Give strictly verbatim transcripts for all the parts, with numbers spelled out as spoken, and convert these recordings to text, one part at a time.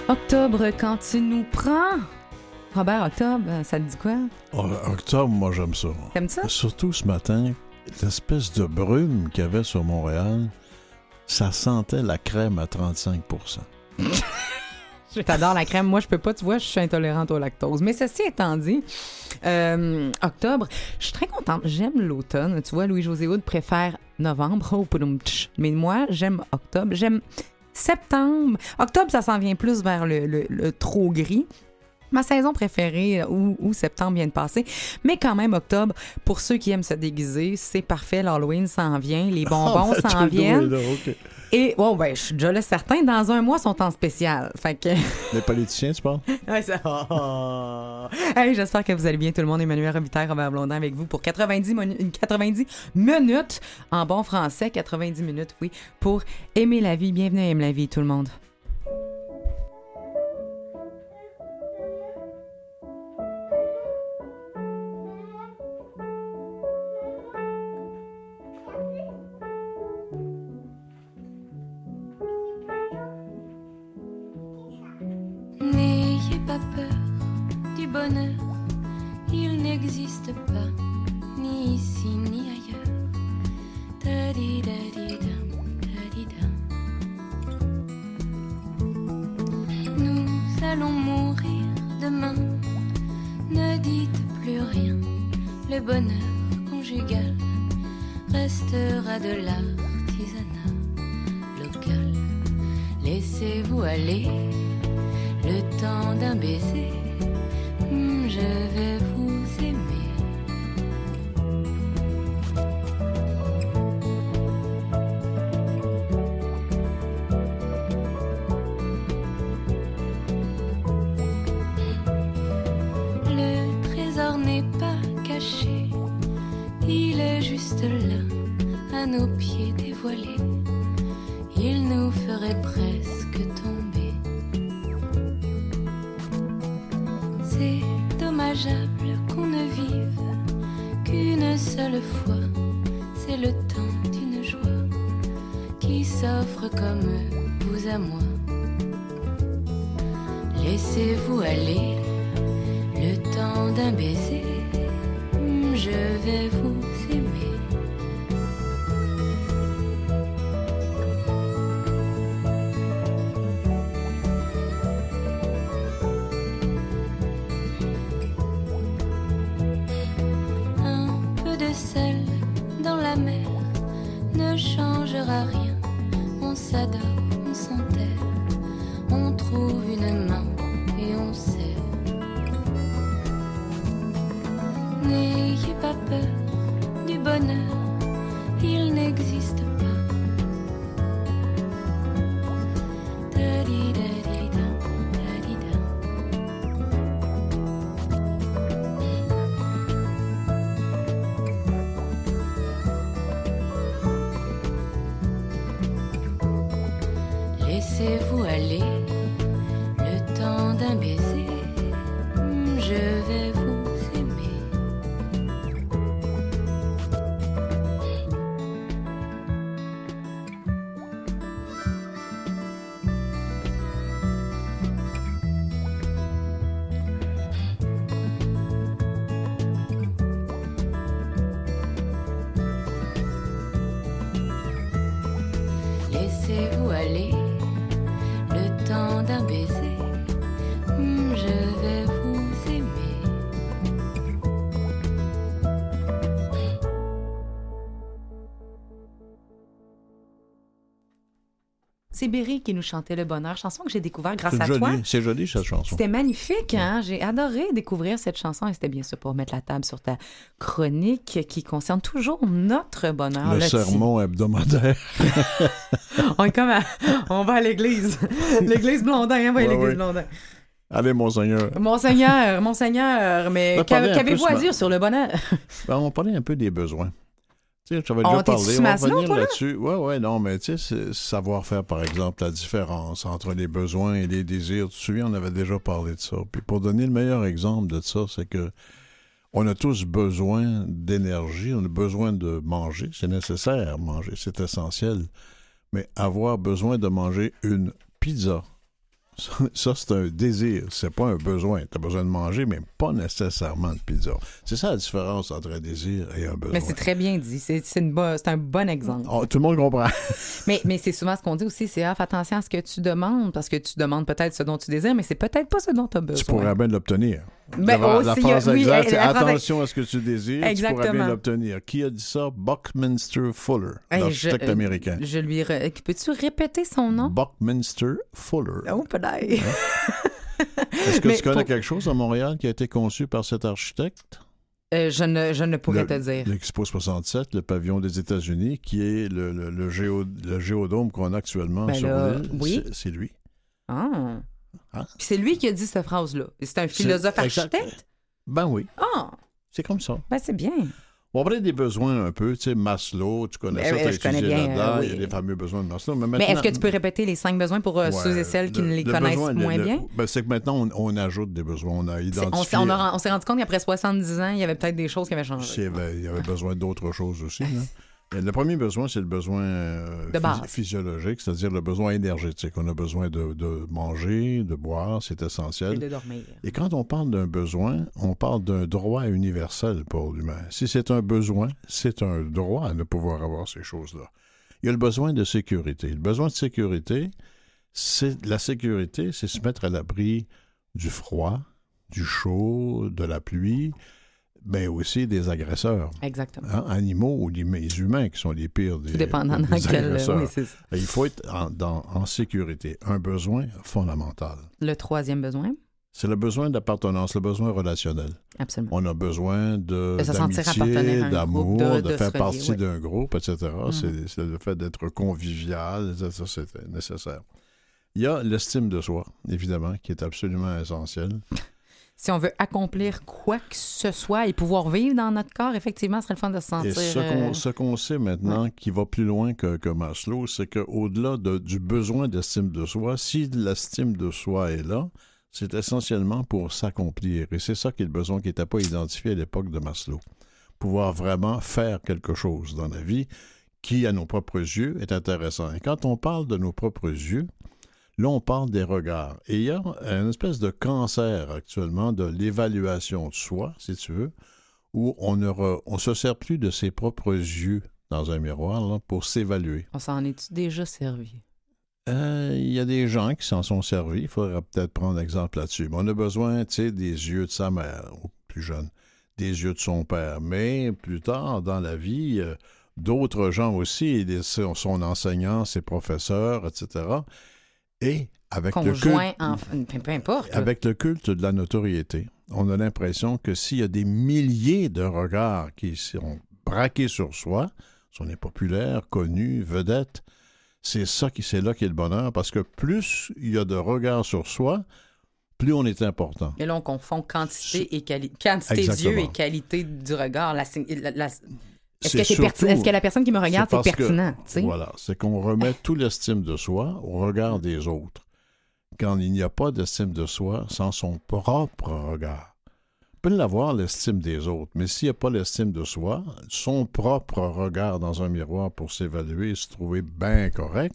Octobre, quand tu nous prends. Robert, octobre, ça te dit quoi? Oh, octobre, moi, j'aime ça. T'aimes ça? Surtout ce matin, l'espèce de brume qu'il y avait sur Montréal, ça sentait la crème à trente-cinq pour cent. T'adores la crème. Moi, je peux pas. Tu vois, je suis intolérante au lactose. Mais ceci étant dit, euh, octobre, je suis très contente. J'aime l'automne. Tu vois, Louis-José Hood préfère novembre. Oh, poudoum, tch. Mais moi, j'aime octobre. J'aime septembre. Octobre, ça s'en vient plus vers le, le, le trop gris. Ma saison préférée, où, où septembre vient de passer. Mais quand même, octobre, pour ceux qui aiment se déguiser, c'est parfait. L'Halloween s'en vient. Les bonbons oh, ben, s'en viennent. Là, okay. Et, oh, ben, je suis déjà là, certains, dans un mois, sont en spécial. Fait que... Les politiciens, tu parles? Ouais, ça... oh. Hey, j'espère que vous allez bien, tout le monde. Emmanuel Robitaille, Robert Blondin avec vous pour quatre-vingt-dix, monu- quatre-vingt-dix minutes, en bon français, quatre-vingt-dix minutes, oui, pour aimer la vie. Bienvenue à Aime la vie, tout le monde. Pas peur du bonheur, il n'existe pas, ni ici ni ailleurs. Ta-di-da-di-dam, ta-di-dam. Nous allons mourir demain, ne dites plus rien. Le bonheur conjugal restera de l'artisanat local. Laissez-vous aller. Le temps d'un baiser, mmh, je vais vous aimer. Le trésor n'est pas caché, il est juste là, à nos pieds dévoilés. Il nous ferait presque tomber. C'est dommageable qu'on ne vive qu'une seule fois. C'est le temps d'une joie qui s'offre comme vous à moi. Laissez-vous aller, le temps d'un baiser, je vais vous aimer. Rien, on s'adore, on s'enterre, on trouve une main et on serre. N'ayez pas peur du bonheur, il n'existe pas. Ta-di-da-di-dam, ta-di-dam. Laissez-vous aller, le temps d'un baiser, je vais vous aimer. Laissez-vous aller. Le temps d'un baiser, je vais vous aimer. C'est Berry qui nous chantait Le Bonheur, chanson que j'ai découvert grâce c'est à joli, toi. C'est joli, cette chanson. C'était magnifique, hein? J'ai adoré découvrir cette chanson et c'était bien sûr pour mettre la table sur ta chronique qui concerne toujours notre bonheur. Le sermon hebdomadaire. on est comme à... On va à l'église. L'église Blondin, hein? On va à ouais, l'église ouais. Blondin. Allez, Monseigneur. Monseigneur, Monseigneur, mais qu'a, qu'avez-vous à dire sur le bonheur? Ben, on parlait un peu des besoins. Tu sais, j'avais on déjà parlé, on va revenir revenir là-dessus. Oui, oui, non, mais tu sais, savoir faire, par exemple, la différence entre les besoins et les désirs. Tu te souviens, on avait déjà parlé de ça. Puis pour donner le meilleur exemple de ça, c'est que on a tous besoin d'énergie, on a besoin de manger. C'est nécessaire, manger, c'est essentiel. Mais avoir besoin de manger une pizza Ça, ça, c'est un désir, c'est pas un besoin. Tu as besoin de manger, mais pas nécessairement de pizza. C'est ça la différence entre un désir et un besoin. Mais c'est très bien dit. C'est, c'est, une bo- c'est un bon exemple. Oh, tout le monde comprend. mais, mais c'est souvent ce qu'on dit aussi, c'est ah, fais attention à ce que tu demandes, parce que tu demandes peut-être ce dont tu désires, mais c'est peut-être pas ce dont tu as besoin. Tu pourrais bien l'obtenir. Ben, la, aussi, la phrase oui, exacte, c'est la phrase... attention à ce que tu désires, Exactement. tu pourrais bien l'obtenir. Qui a dit ça? Buckminster Fuller, hey, l'architecte je, américain. Je lui re... Peux-tu répéter son nom? Buckminster Fuller. Oh, peut-être. Hein? Est-ce que mais tu connais pour... quelque chose à Montréal qui a été conçu par cet architecte? Euh, je, ne, je ne pourrais le, te dire. L'Expo soixante-sept, le pavillon des États-Unis, qui est le, le, le, géo, le géodôme qu'on a actuellement ben sur là, l'île. Oui? C'est, c'est lui. Ah. Hein? Puis c'est lui qui a dit cette phrase-là. C'est un philosophe c'est architecte? Exact. Ben oui. Ah. C'est comme ça. Ben c'est bien. On va parler des besoins un peu. Tu sais, Maslow, tu connais ben, ça, tu as étudié bien, là-dedans. euh, oui. Il y a les fameux besoins de Maslow. Mais, maintenant, mais est-ce que tu peux répéter les cinq besoins pour euh, ouais, ceux et celles qui le, les le connaissent besoin, moins le, bien? Le, ben, c'est que maintenant, on, on ajoute des besoins. On a identifié... On s'est, on, a, on s'est rendu compte qu'après soixante-dix ans, il y avait peut-être des choses qui avaient changé. Il y avait, il y avait besoin d'autres choses aussi. Là. Le premier besoin, c'est le besoin euh, phys- physiologique, c'est-à-dire le besoin énergétique. On a besoin de, de manger, de boire, c'est essentiel. Et de dormir. Et quand on parle d'un besoin, on parle d'un droit universel pour l'humain. Si c'est un besoin, c'est un droit de pouvoir avoir ces choses-là. Il y a le besoin de sécurité. Le besoin de sécurité, c'est la sécurité, c'est se mettre à l'abri du froid, du chaud, de la pluie, mais aussi des agresseurs. Exactement. Hein, animaux ou les humains qui sont les pires des, Tout dépendant des dans quel... agresseurs. Oui, c'est ça. Il faut être en, dans, en sécurité. Un besoin fondamental. Le troisième besoin? C'est le besoin d'appartenance, le besoin relationnel. Absolument. On a besoin de, de se d'amitié, sentir appartenir à un d'amour, groupe, de, de, de faire relier, partie oui. d'un groupe, et cetera. Mm-hmm. C'est, c'est le fait d'être convivial, ça, ça, c'est nécessaire. Il y a l'estime de soi, évidemment, qui est absolument essentielle. Si on veut accomplir quoi que ce soit et pouvoir vivre dans notre corps, effectivement, ce serait le fun de se sentir... Et ce qu'on, euh... ce qu'on sait maintenant, ouais. qui va plus loin que, que Maslow, c'est qu'au-delà de, du besoin d'estime de soi, si l'estime de soi est là, c'est essentiellement pour s'accomplir. Et c'est ça qui est le besoin qui n'était pas identifié à l'époque de Maslow. Pouvoir vraiment faire quelque chose dans la vie qui, à nos propres yeux, est intéressant. Et quand on parle de nos propres yeux, là, on parle des regards. Et il y a une espèce de cancer actuellement de l'évaluation de soi, si tu veux, où on ne re, on se sert plus de ses propres yeux dans un miroir là, pour s'évaluer. On s'en est-tu déjà servi? Euh, il y a des gens qui s'en sont servis. Il faudrait peut-être prendre exemple là-dessus. Mais on a besoin, tu sais, des yeux de sa mère, ou plus jeune, des yeux de son père. Mais plus tard, dans la vie, euh, d'autres gens aussi, son enseignant, ses professeurs, et cetera, et avec Conjoint, le culte, en... peu importe. Avec le culte de la notoriété, on a l'impression que s'il y a des milliers de regards qui sont braqués sur soi, si on est populaire, connu, vedette, c'est ça qui, c'est là qu'est le bonheur, parce que plus il y a de regards sur soi, plus on est important. Mais là, on confond quantité et qualité, quantité Exactement. d'yeux et qualité du regard. La, la, la... Est-ce, c'est que c'est surtout, perti... Est-ce que la personne qui me regarde, c'est, c'est pertinent? Que, voilà, c'est qu'on remet tout l'estime de soi au regard des autres. Quand il n'y a pas d'estime de soi sans son propre regard. On peut l'avoir, l'estime des autres, mais s'il n'y a pas l'estime de soi, son propre regard dans un miroir pour s'évaluer et se trouver bien correct,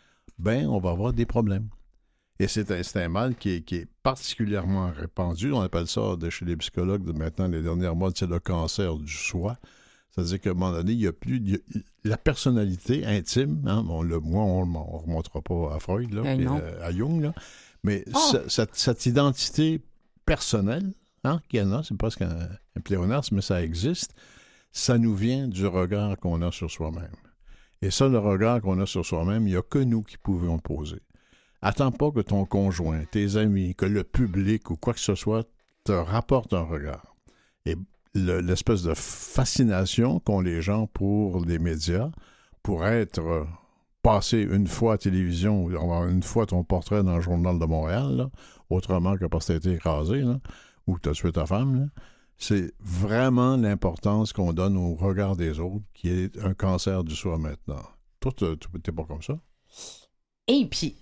ben on va avoir des problèmes. Et c'est un, c'est un mal qui est, qui est particulièrement répandu. On appelle ça, de chez les psychologues, de maintenant, les dernières modes, c'est le cancer du soi. C'est-à-dire qu'à un moment donné, il n'y a plus... Il y a, la personnalité intime, hein, on le, moi, on ne remontera pas à Freud, là, euh, et, euh, à Jung, là, mais oh. ce, cette, cette identité personnelle, hein, qu'il y en a, c'est presque un, un pléonasme, mais ça existe, ça nous vient du regard qu'on a sur soi-même. Et ça, le regard qu'on a sur soi-même, il n'y a que nous qui pouvons poser. Attends pas que ton conjoint, tes amis, que le public ou quoi que ce soit te rapporte un regard. Et le, l'espèce de fascination qu'ont les gens pour les médias, pour être euh, passé une fois à la télévision, ou avoir une fois ton portrait dans le Journal de Montréal, là, autrement que parce que tu as été écrasé, là, ou que tu as tué ta femme, là, c'est vraiment l'importance qu'on donne au regard des autres, qui est un cancer du soi maintenant. Toi, tu n'es pas comme ça? Et puis,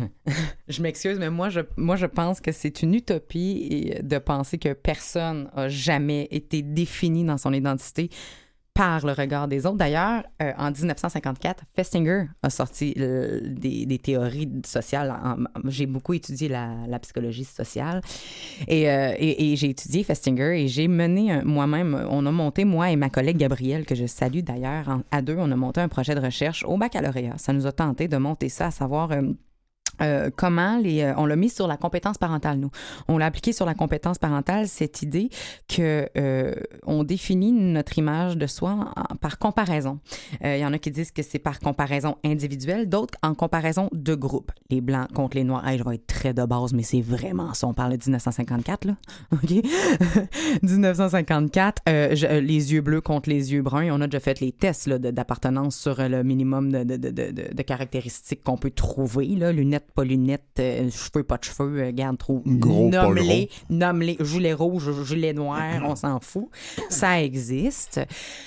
je m'excuse, mais moi je, moi, je pense que c'est une utopie de penser que personne n'a jamais été défini dans son identité par le regard des autres. D'ailleurs, euh, en dix-neuf cent cinquante-quatre, Festinger a sorti euh, des, des théories sociales. En, j'ai beaucoup étudié la, la psychologie sociale et, euh, et, et j'ai étudié Festinger et j'ai mené un, moi-même, on a monté, moi et ma collègue Gabrielle, que je salue d'ailleurs, en, à deux, on a monté un projet de recherche au baccalauréat. Ça nous a tenté de monter ça, à savoir... Euh, Euh, comment les euh, on l'a mis sur la compétence parentale, nous. On l'a appliqué sur la compétence parentale, cette idée que euh, on définit notre image de soi en, par comparaison. Il euh, y en a qui disent que c'est par comparaison individuelle, d'autres en comparaison de groupe. Les Blancs contre les Noirs. Hey, je vais être très de base, mais c'est vraiment ça. On parle de dix-neuf cent cinquante-quatre, là. OK? dix-neuf cent cinquante-quatre, euh, je, les yeux bleus contre les yeux bruns. On a déjà fait les tests là, de, d'appartenance sur le minimum de, de, de, de, de caractéristiques qu'on peut trouver, là. Lunettes, pas lunettes, euh, cheveux, pas de cheveux, euh, garde trop. Gros, nomme-les, nomme-les, gilet rouge, gilet noir, on s'en fout. Ça existe.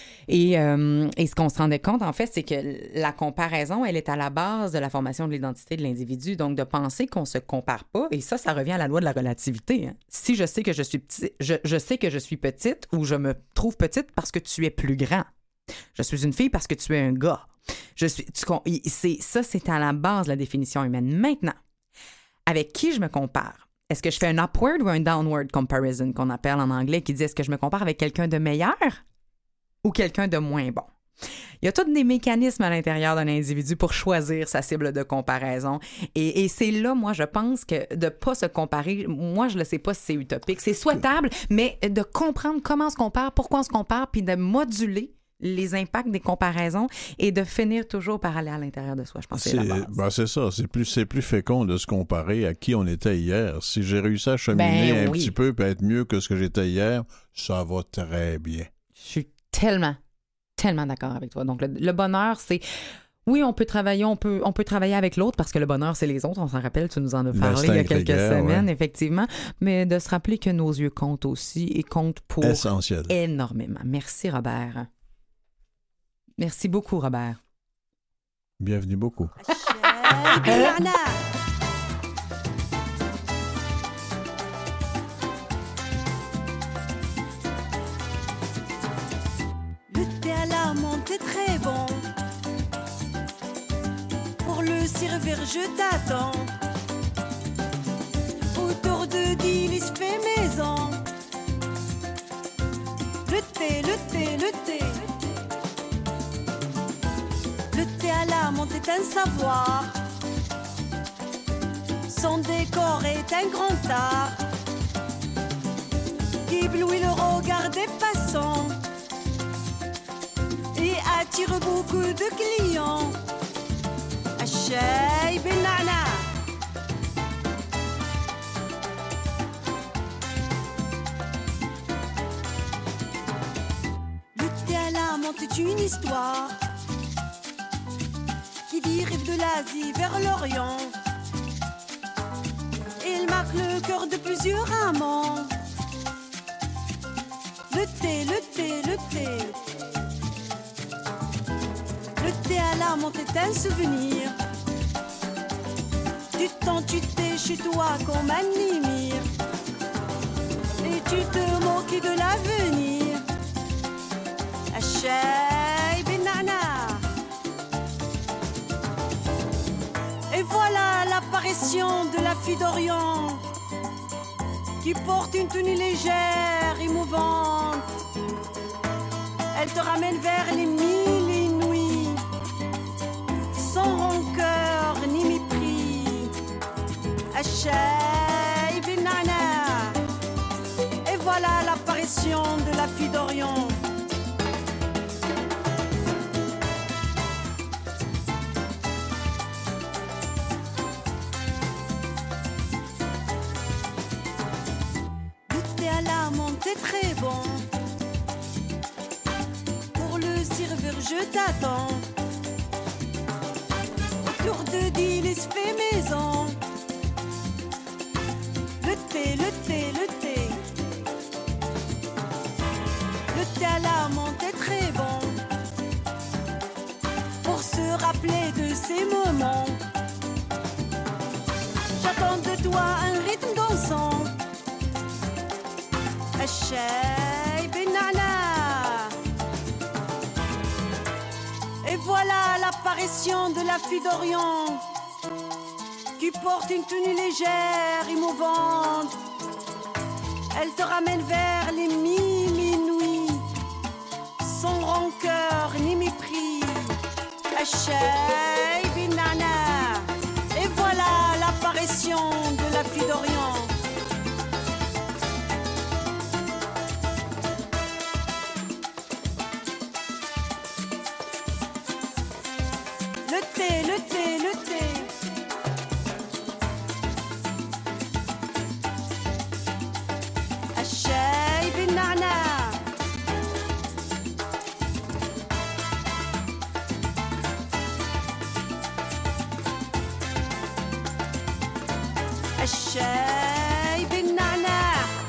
Et, euh, et ce qu'on se rendait compte, en fait, c'est que la comparaison, elle est à la base de la formation de l'identité de l'individu. Donc, de penser qu'on se compare pas, et ça, ça revient à la loi de la relativité. Hein. Si je sais que je suis petit, je, je sais que je suis petite ou je me trouve petite parce que tu es plus grand. Je suis une fille parce que tu es un gars. Je suis, tu, c'est, ça, c'est à la base de la définition humaine. Maintenant, avec qui je me compare? Est-ce que je fais un upward ou un downward comparison qu'on appelle en anglais, qui dit est-ce que je me compare avec quelqu'un de meilleur ou quelqu'un de moins bon? Il y a tous des mécanismes à l'intérieur d'un individu pour choisir sa cible de comparaison. Et, et c'est là, moi, je pense que de ne pas se comparer, moi, je ne sais pas si c'est utopique. C'est souhaitable, mais de comprendre comment on se compare, pourquoi on se compare, puis de moduler les impacts des comparaisons et de finir toujours par aller à l'intérieur de soi. Je pense que c'est, c'est la base. Ben c'est ça. C'est plus, c'est plus fécond de se comparer à qui on était hier. Si j'ai réussi à cheminer ben, un oui. petit peu et être mieux que ce que j'étais hier, ça va très bien. Je suis tellement, tellement d'accord avec toi. Donc, le, le bonheur, c'est... Oui, on peut travailler, on peut, on peut travailler avec l'autre parce que le bonheur, c'est les autres. On s'en rappelle, tu nous en as parlé il y a quelques guerre, semaines, ouais. effectivement. Mais de se rappeler que nos yeux comptent aussi et comptent pour Essentiel. énormément. Merci, Robert. Merci beaucoup, Robert. Bienvenue beaucoup. Le thé à la menthe est très bon. Pour le servir, je t'attends. Autour de délices fait maison. Le thé, le thé, le thé. Le thé à la menthe est un savoir. Son décor est un grand art qui éblouit le regard des passants et attire beaucoup de clients. Achei Benana. Le thé à la menthe est une histoire qui dérive de l'Asie vers l'Orient. Il marque le cœur de plusieurs amants. Le thé, le thé, le thé. Le thé à la menthe est un souvenir du temps tu t'es chez toi comme un émir et tu te moques de l'avenir. Achei Benana. Et voilà l'apparition de la fille d'Orient qui porte une tenue légère et mouvante. Elle te ramène vers les mille et une nuits, sans rancœur ni mépris. Achei Benana. Et voilà l'apparition de la fille d'Orient. C'est très bon. Pour le servir, je t'attends. Autour de délices fait maison. Le thé, le thé, le thé. Le thé à la menthe est très bon. Pour se rappeler de ces moments. J'attends de toi un rythme dansant. Achei Benana. voilà l'apparition de la fille d'Orient qui porte une tenue légère, émouvante. Elle te ramène vers les mi-minuit, sans rancœur ni mépris. Achei Binana. Et voilà l'apparition de la fille d'Orient. Le thé, le thé, le thé. Achei Binana. Achei Binana.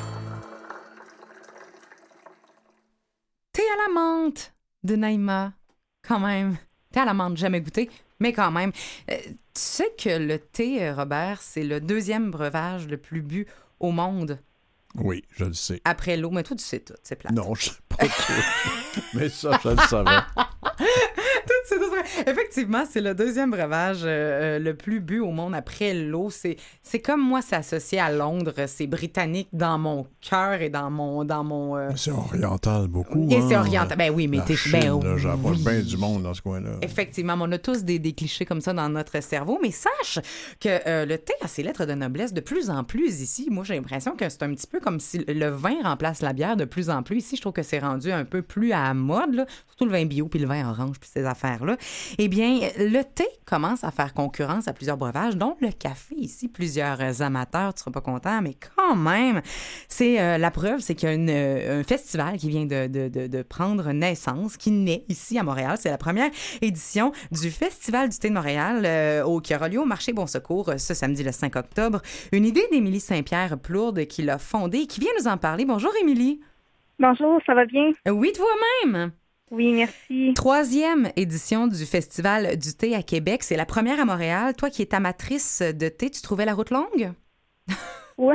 Thé à la menthe de Naïma, quand même. Thé à la menthe, jamais goûté, mais quand même. Euh, tu sais que le thé, euh, Robert, c'est le deuxième breuvage le plus bu au monde Oui, je le sais. après l'eau. Mais toi, tu sais tout, c'est plate. Non, je sais pas tout. Mais ça, je le savais. Tout, c'est tout. Effectivement, c'est le deuxième breuvage euh, le plus bu au monde après l'eau. C'est, c'est comme moi, c'est associé à Londres. C'est britannique dans mon cœur et dans mon... Dans mon euh, Mais c'est oriental beaucoup. Et hein. c'est oriental. Ben oui, mais La t'es... Chine, ben là, j'en vois oui. bien du monde dans ce coin-là. Effectivement, on a tous des, des clichés comme ça dans notre cerveau, mais sache que euh, le thé a ses lettres de noblesse de plus en plus ici. Moi, j'ai l'impression que c'est un petit peu comme si le vin remplace la bière de plus en plus. Ici, je trouve que c'est rendu un peu plus à la mode, là. Surtout le vin bio puis le vin orange puis ces affaires-là. Eh bien, le thé commence à faire concurrence à plusieurs breuvages, dont le café ici. Plusieurs amateurs, tu seras pas content, mais quand même, c'est euh, la preuve, c'est qu'il y a une, euh, un festival qui vient de, de, de, de prendre naissance, qui naît ici à Montréal. C'est la première édition du Festival du thé de Montréal euh, au, qui aura lieu au Marché Bon Secours ce samedi le cinq octobre. Une idée d'Émilie Saint-Pierre Plourde qui l'a fondée et qui vient nous en parler. Bonjour Émilie. Bonjour, ça va bien? Oui, toi-même. Oui, merci. Troisième édition du Festival du thé à Québec. C'est la première à Montréal. Toi qui es amatrice de thé, tu trouvais la route longue? Oui.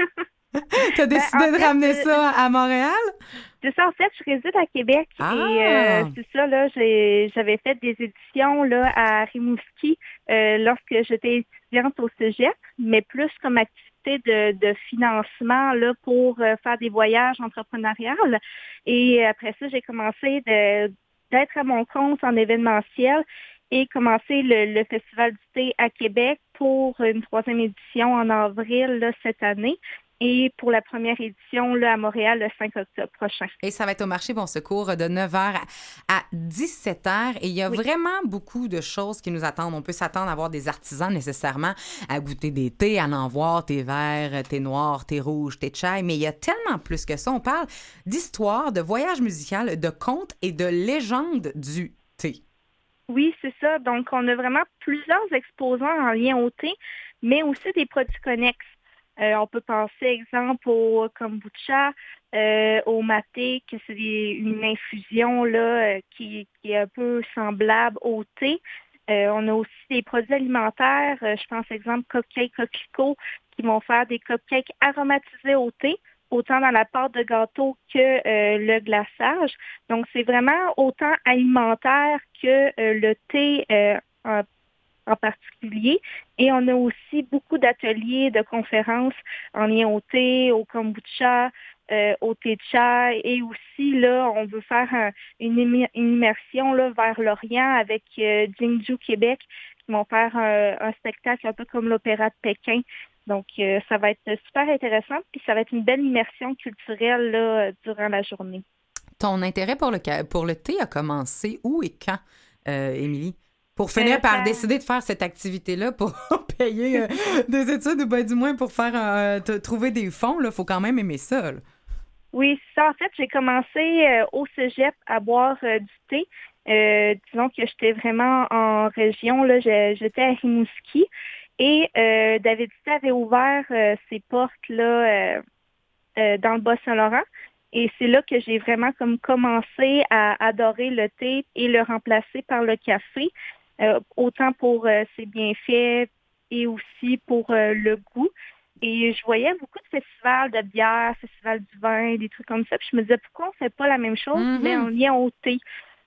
T'as décidé Ben, en de fait, ramener euh, ça à Montréal? C'est ça, en fait, je réside à Québec Ah! et euh, c'est ça, là, j'ai, j'avais fait des éditions là, à Rimouski euh, lorsque j'étais étudiante au cégep, mais plus comme activité de, de financement là, pour euh, faire des voyages entrepreneuriales. Et après ça, j'ai commencé de, d'être à mon compte en événementiel et commencer le, le Festival du thé à Québec pour une troisième édition en avril là, cette année. Et pour la première édition là, à Montréal le cinq octobre prochain. Et ça va être au Marché Bon Secours de neuf heures à dix-sept heures. Et il y a Oui. vraiment beaucoup de choses qui nous attendent. On peut s'attendre à voir des artisans nécessairement, à goûter des thés, à en voir, thé vert, thé noir, thé rouge, thé chai. Mais il y a tellement plus que ça. On parle d'histoire, de voyage musical, de contes et de légendes du thé. Oui, c'est ça. Donc, on a vraiment plusieurs exposants en lien au thé, mais aussi des produits connexes. Euh, on peut penser, exemple, au kombucha, euh, au maté, que c'est des- une infusion là euh, qui, qui est un peu semblable au thé. Euh, on a aussi des produits alimentaires, euh, je pense, exemple, Cupcake Coquelicot, qui vont faire des cupcakes aromatisés au thé, autant dans la pâte de gâteau que euh, le glaçage. Donc, c'est vraiment autant alimentaire que euh, le thé euh, en en particulier. Et on a aussi beaucoup d'ateliers, de conférences en lien au thé, au kombucha, euh, au thé chai. Et aussi, là, on veut faire un- une, émi- une immersion là, vers l'Orient avec euh, Jingju Québec, qui vont faire un, un spectacle un peu comme l'Opéra de Pékin. Donc, euh, ça va être super intéressant. Puis, ça va être une belle immersion culturelle là, durant la journée. Ton intérêt pour le, ca- pour le thé a commencé où et quand, euh, Émilie? Pour finir Euh, par ça- décider de faire cette activité-là pour payer euh, des études ou ben, du moins pour faire euh, t- trouver des fonds, il faut quand même aimer ça. Là. Oui, ça, en fait, j'ai commencé euh, au cégep à boire euh, du thé. Euh, disons que j'étais vraiment en région, là, j'ai- j'étais à Rimouski. Et euh, David Thé avait ouvert euh, ses portes là euh, euh, dans le Bas-Saint-Laurent. Et c'est là que j'ai vraiment comme commencé à adorer le thé et le remplacer par le café, euh, autant pour euh, ses bienfaits et aussi pour euh, le goût. Et je voyais beaucoup de festivals de bière, festivals du vin, des trucs comme ça. Puis je me disais, pourquoi on ne fait pas la même chose, Mhm. mais en lien au thé?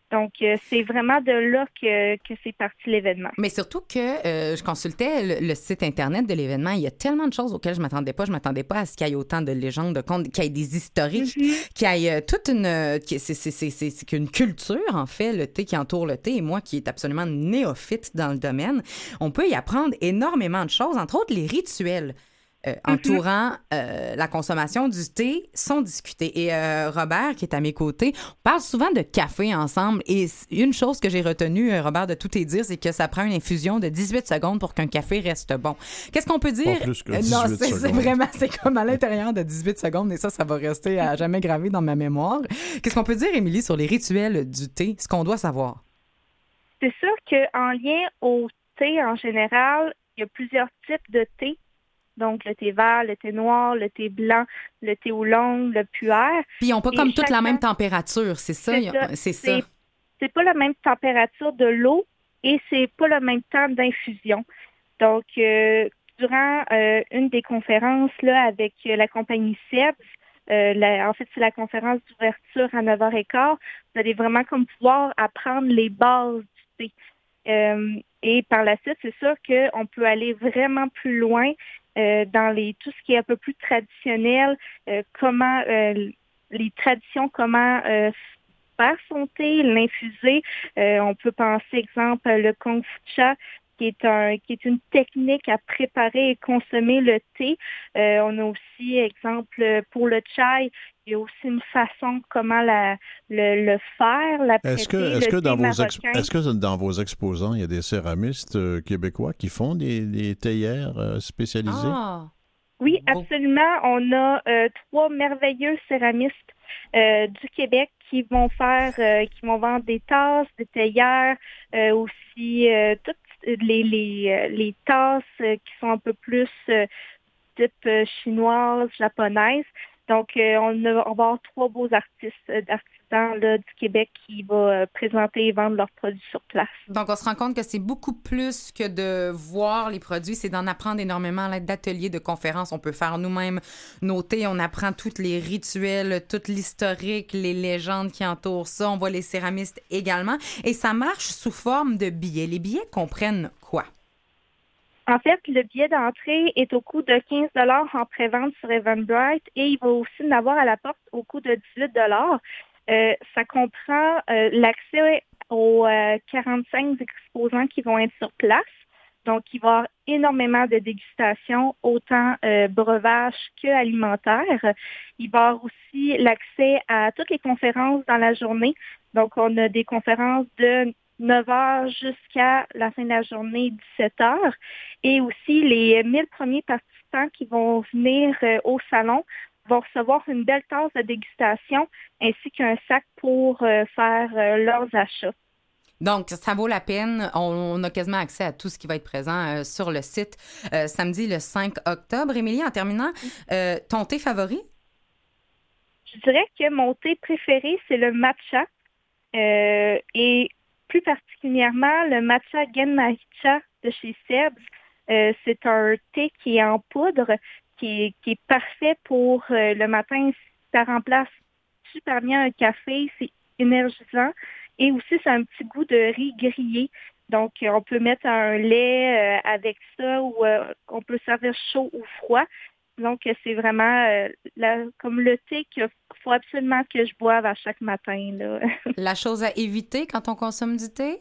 Donc, euh, c'est vraiment de là que, que c'est parti l'événement. Mais surtout que euh, je consultais le, le site Internet de l'événement. Il y a tellement de choses auxquelles je ne m'attendais pas. Je ne m'attendais pas à ce qu'il y ait autant de légendes, de contes, qu'il y ait des historiques, mm-hmm. qu'il y ait euh, toute une... Euh, c'est, c'est, c'est, c'est, c'est une culture, en fait, le thé qui entoure le thé. Et moi, qui est absolument néophyte dans le domaine, on peut y apprendre énormément de choses, entre autres les rituels. Euh, entourant euh, la consommation du thé sont discutés. Et euh, Robert, qui est à mes côtés, on parle souvent de café ensemble. Et une chose que j'ai retenue, euh, Robert, de tout tes dire, c'est que ça prend une infusion de dix-huit secondes pour qu'un café reste bon. Qu'est-ce qu'on peut dire? Pas plus que dix-huit non, c'est, secondes. c'est vraiment, c'est comme à l'intérieur de dix-huit secondes. Et ça, ça va rester à jamais gravé dans ma mémoire. Qu'est-ce qu'on peut dire, Émilie, sur les rituels du thé? Ce qu'on doit savoir? C'est sûr qu'en lien au thé en général, il y a plusieurs types de thé. Donc, le thé vert, le thé noir, le thé blanc, le thé oolong, le puer. Puis, ils n'ont pas Et comme toute la même température, c'est ça? C'est ça. C'est, c'est, ça. c'est pas la même température de l'eau et c'est pas le même temps d'infusion. Donc, euh, durant euh, une des conférences là avec euh, la compagnie Sebs, euh, la, en fait, c'est la conférence d'ouverture à neuf heures quinze, vous allez vraiment comme pouvoir apprendre les bases du thé. Euh, et par la suite, c'est sûr qu'on peut aller vraiment plus loin Euh, dans les tout ce qui est un peu plus traditionnel, euh, comment euh, les traditions, comment euh, faire son thé, l'infuser. Euh, on peut penser, exemple, le Kung Fu Cha, qui est un qui est une technique à préparer et consommer le thé. Euh, on a aussi, exemple, pour le chai, il y a aussi une façon comment la, le, le faire, la préparer. Est-ce que, est-ce, que dans vos ex, est-ce que dans vos exposants, il y a des céramistes euh, québécois qui font des, des théières euh, spécialisées? Ah. Oui, absolument. On a euh, trois merveilleux céramistes euh, du Québec qui vont faire, euh, qui vont vendre des tasses, des théières, euh, aussi euh, toutes les, les, les tasses euh, qui sont un peu plus euh, type euh, chinoise, japonaise. Donc, euh, on, a, on va avoir trois beaux artistes, euh, artisans là, du Québec qui vont euh, présenter et vendre leurs produits sur place. Donc, on se rend compte que c'est beaucoup plus que de voir les produits, c'est d'en apprendre énormément à l'aide d'ateliers, de conférences. On peut faire nous-mêmes nos thés, on apprend tous les rituels, tout l'historique, les légendes qui entourent ça. On voit les céramistes également. Et ça marche sous forme de billets. Les billets comprennent quoi? En fait, le billet d'entrée est au coût de quinze dollars en pré-vente sur Eventbrite et il va aussi en avoir à la porte au coût de dix-huit dollars. Euh, ça comprend euh, l'accès aux euh, quarante-cinq exposants qui vont être sur place. Donc, il va y avoir énormément de dégustations, autant euh, breuvage qu'alimentaire. Il va y avoir aussi l'accès à toutes les conférences dans la journée. Donc, on a des conférences de neuf heures jusqu'à la fin de la journée, dix-sept heures. Et aussi, les mille premiers participants qui vont venir euh, au salon vont recevoir une belle tasse de dégustation ainsi qu'un sac pour euh, faire euh, leurs achats. Donc, ça vaut la peine. On, on a quasiment accès à tout ce qui va être présent euh, sur le site euh, samedi le cinq octobre. Émilie, en terminant, euh, ton thé favori? Je dirais que mon thé préféré, c'est le matcha. Euh, et plus particulièrement, le matcha Genmaicha de chez Sebs. Euh, c'est un thé qui est en poudre, qui est, qui est parfait pour euh, le matin. Ça remplace super bien un café, c'est énergisant. Et aussi, c'est un petit goût de riz grillé. Donc, on peut mettre un lait euh, avec ça ou euh, on peut servir chaud ou froid. Donc, c'est vraiment euh, la, comme le thé qu'il faut absolument que je boive à chaque matin, là. La chose à éviter quand on consomme du thé?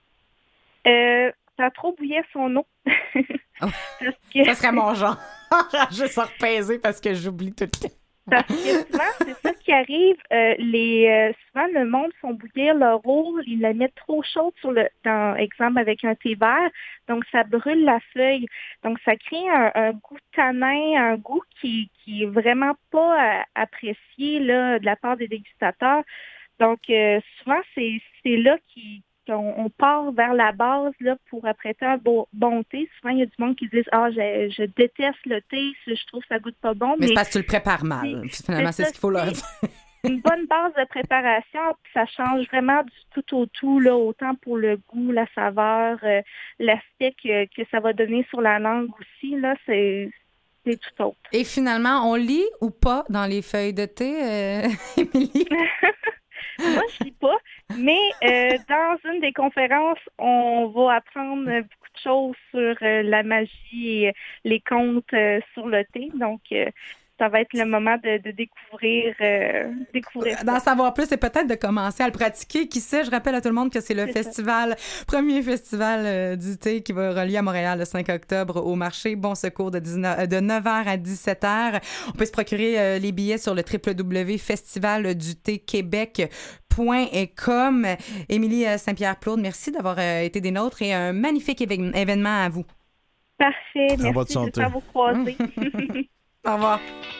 Euh, ça a trop bouillir son eau. Oh. Que... Ça serait mon genre. Juste à repaiser parce que j'oublie tout le temps. Parce que souvent, c'est ça qui arrive. Euh, les, euh, souvent, le monde font bouillir leur eau, ils la mettent trop chaude sur le, dans exemple avec un thé vert, donc ça brûle la feuille. Donc ça crée un, un goût tanin, un goût qui qui est vraiment pas euh, apprécié là de la part des dégustateurs. Donc euh, souvent c'est c'est là qui On, on part vers la base là, pour apprêter un bon, bon thé. Souvent, il y a du monde qui dit « Ah, je, je déteste le thé, je trouve que ça goûte pas bon. » Mais, mais c'est parce que tu le prépares mal. Finalement, c'est, c'est ça, ce qu'il faut leur dire. Une bonne base de préparation, puis ça change vraiment du tout au tout, là, autant pour le goût, la saveur, euh, l'aspect que, que ça va donner sur la langue aussi. Là, c'est... c'est tout autre. Et finalement, on lit ou pas dans les feuilles de thé, euh, Émilie? Moi, je lis pas, mais euh, dans une des conférences, on va apprendre beaucoup de choses sur euh, la magie et les contes euh, sur le thé. Donc, euh, ça va être le moment de, de découvrir, euh, découvrir D'en ça. savoir plus et peut-être de commencer à le pratiquer. Qui sait, je rappelle à tout le monde que c'est le C'est festival, premier festival euh, du thé qui va relier à Montréal le cinq octobre au marché Bon Secours de, dix-neuf, euh, de neuf heures à dix-sept heures. On peut se procurer euh, les billets sur le w w w point festival du thé québec point com. Émilie euh, Saint-Pierre-Claude, merci d'avoir euh, été des nôtres et un magnifique éve- événement à vous. Parfait, En votre merci, santé. j'espère vous croiser. Au revoir.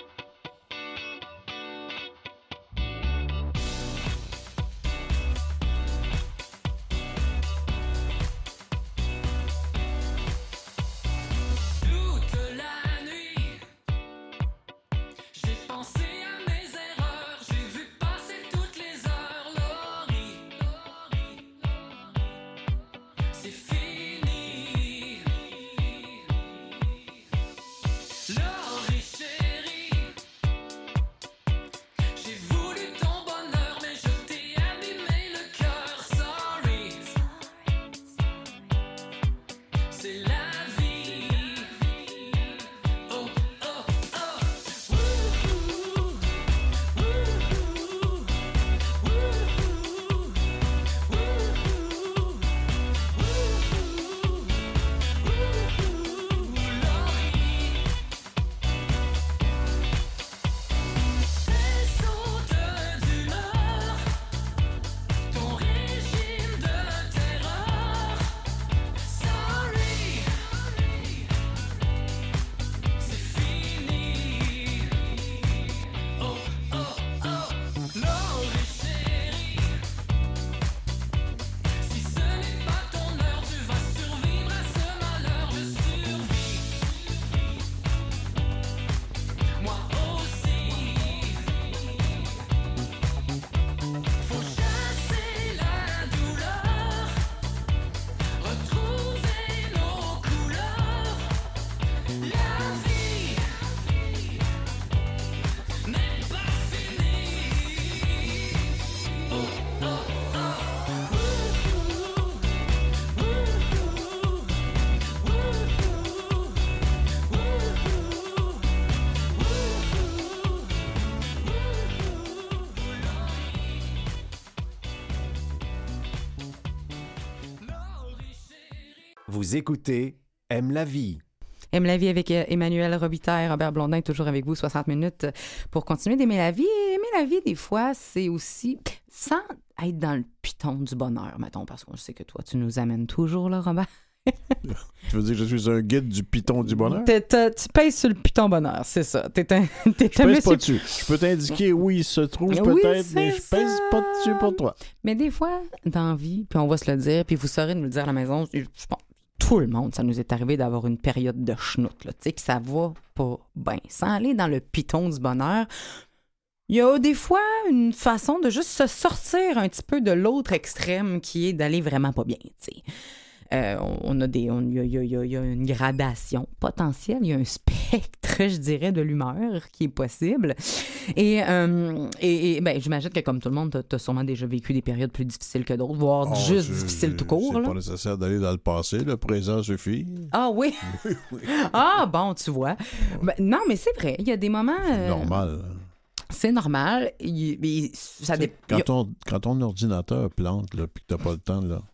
Vous écoutez Aime la vie. Aime la vie avec euh, Emmanuel Robitaille, Robert Blondin, toujours avec vous, soixante minutes pour continuer d'aimer la vie. Et aimer la vie, des fois, c'est aussi sans être dans le piton du bonheur, mettons, parce qu'on sait que toi, tu nous amènes toujours, là, Robert. Tu veux dire que je suis un guide du piton du bonheur? T'es, t'es, tu pèses sur le piton bonheur, c'est ça. T'es un, t'es Je un pèse monsieur... pas dessus. Je peux t'indiquer où il se trouve Oui, peut-être, c'est mais je pèse ça. pas dessus pour toi. Mais des fois, dans la vie, puis on va se le dire, puis vous saurez nous le dire à la maison, je pense, tout le monde, ça nous est arrivé d'avoir une période de chenoute, là, tu sais, que ça va pas bien. Sans aller dans le piton du bonheur, il y a des fois une façon de juste se sortir un petit peu de l'autre extrême qui est d'aller vraiment pas bien, tu sais. Euh, on a des, il y, y, y, y a une gradation potentielle, il y a un spectre, je dirais, de l'humeur qui est possible. Et, euh, et, et ben, j'imagine que comme tout le monde, tu as sûrement déjà vécu des périodes plus difficiles que d'autres, voire Oh, juste c'est- difficiles tout court. C'est Là. pas nécessaire d'aller dans le passé, le présent suffit. Ah oui? Ah bon, tu vois. Ben, non, mais c'est vrai, il y a des moments... euh, Normal. C'est normal. Il, il- ça dé- il y a- Quand ton, quand ton ordinateur plante, là, puis que t'as pas le temps, là,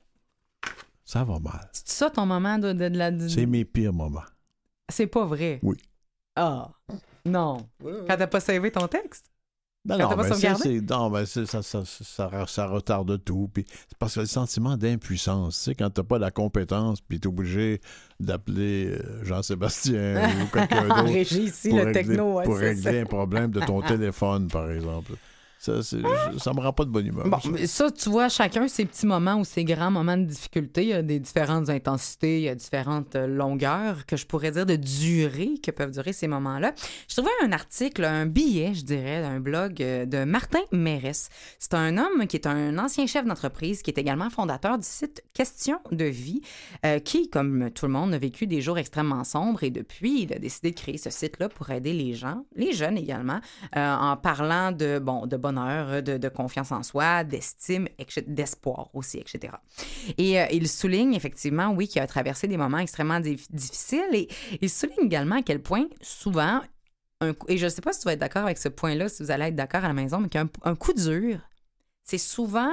ça va mal. C'est ça ton moment de, de, de la... de- C'est mes pires moments. C'est pas vrai? Oui. Ah, non. Quand t'as pas savé ton texte? Non, Quand non, t'as pas mais c'est, sauvegardé? c'est, non, mais c'est- ça, ça, ça, ça retarde tout. Puis c'est parce que le sentiment d'impuissance, tu sais, quand t'as pas la compétence, puis t'es obligé d'appeler euh, Jean-Sébastien ou quelqu'un En d'autre régie ici, pour le régler, techno. ouais, pour c'est régler ça. un problème de ton téléphone, par exemple. Ça, c'est, ça me rend pas de bonne humeur. Bon, ça. mais ça, tu vois, chacun ses petits moments ou ses grands moments de difficulté. Il y a des différentes intensités, il y a différentes euh, longueurs que je pourrais dire de durée que peuvent durer ces moments-là. Je trouvais un article, un billet, je dirais, d'un blog euh, de Martin Mérès. C'est un homme qui est un ancien chef d'entreprise, qui est également fondateur du site Question de vie, euh, qui, comme tout le monde, a vécu des jours extrêmement sombres et depuis, il a décidé de créer ce site-là pour aider les gens, les jeunes également, euh, en parlant de, bon, de bonnes bonheur, de, de confiance en soi, d'estime, d'espoir aussi, et cetera. Et euh, il souligne effectivement, oui, qu'il a traversé des moments extrêmement dif- difficiles et il souligne également à quel point, souvent, un, et je ne sais pas si tu vas être d'accord avec ce point-là, si vous allez être d'accord à la maison, mais qu'un un coup dur, c'est souvent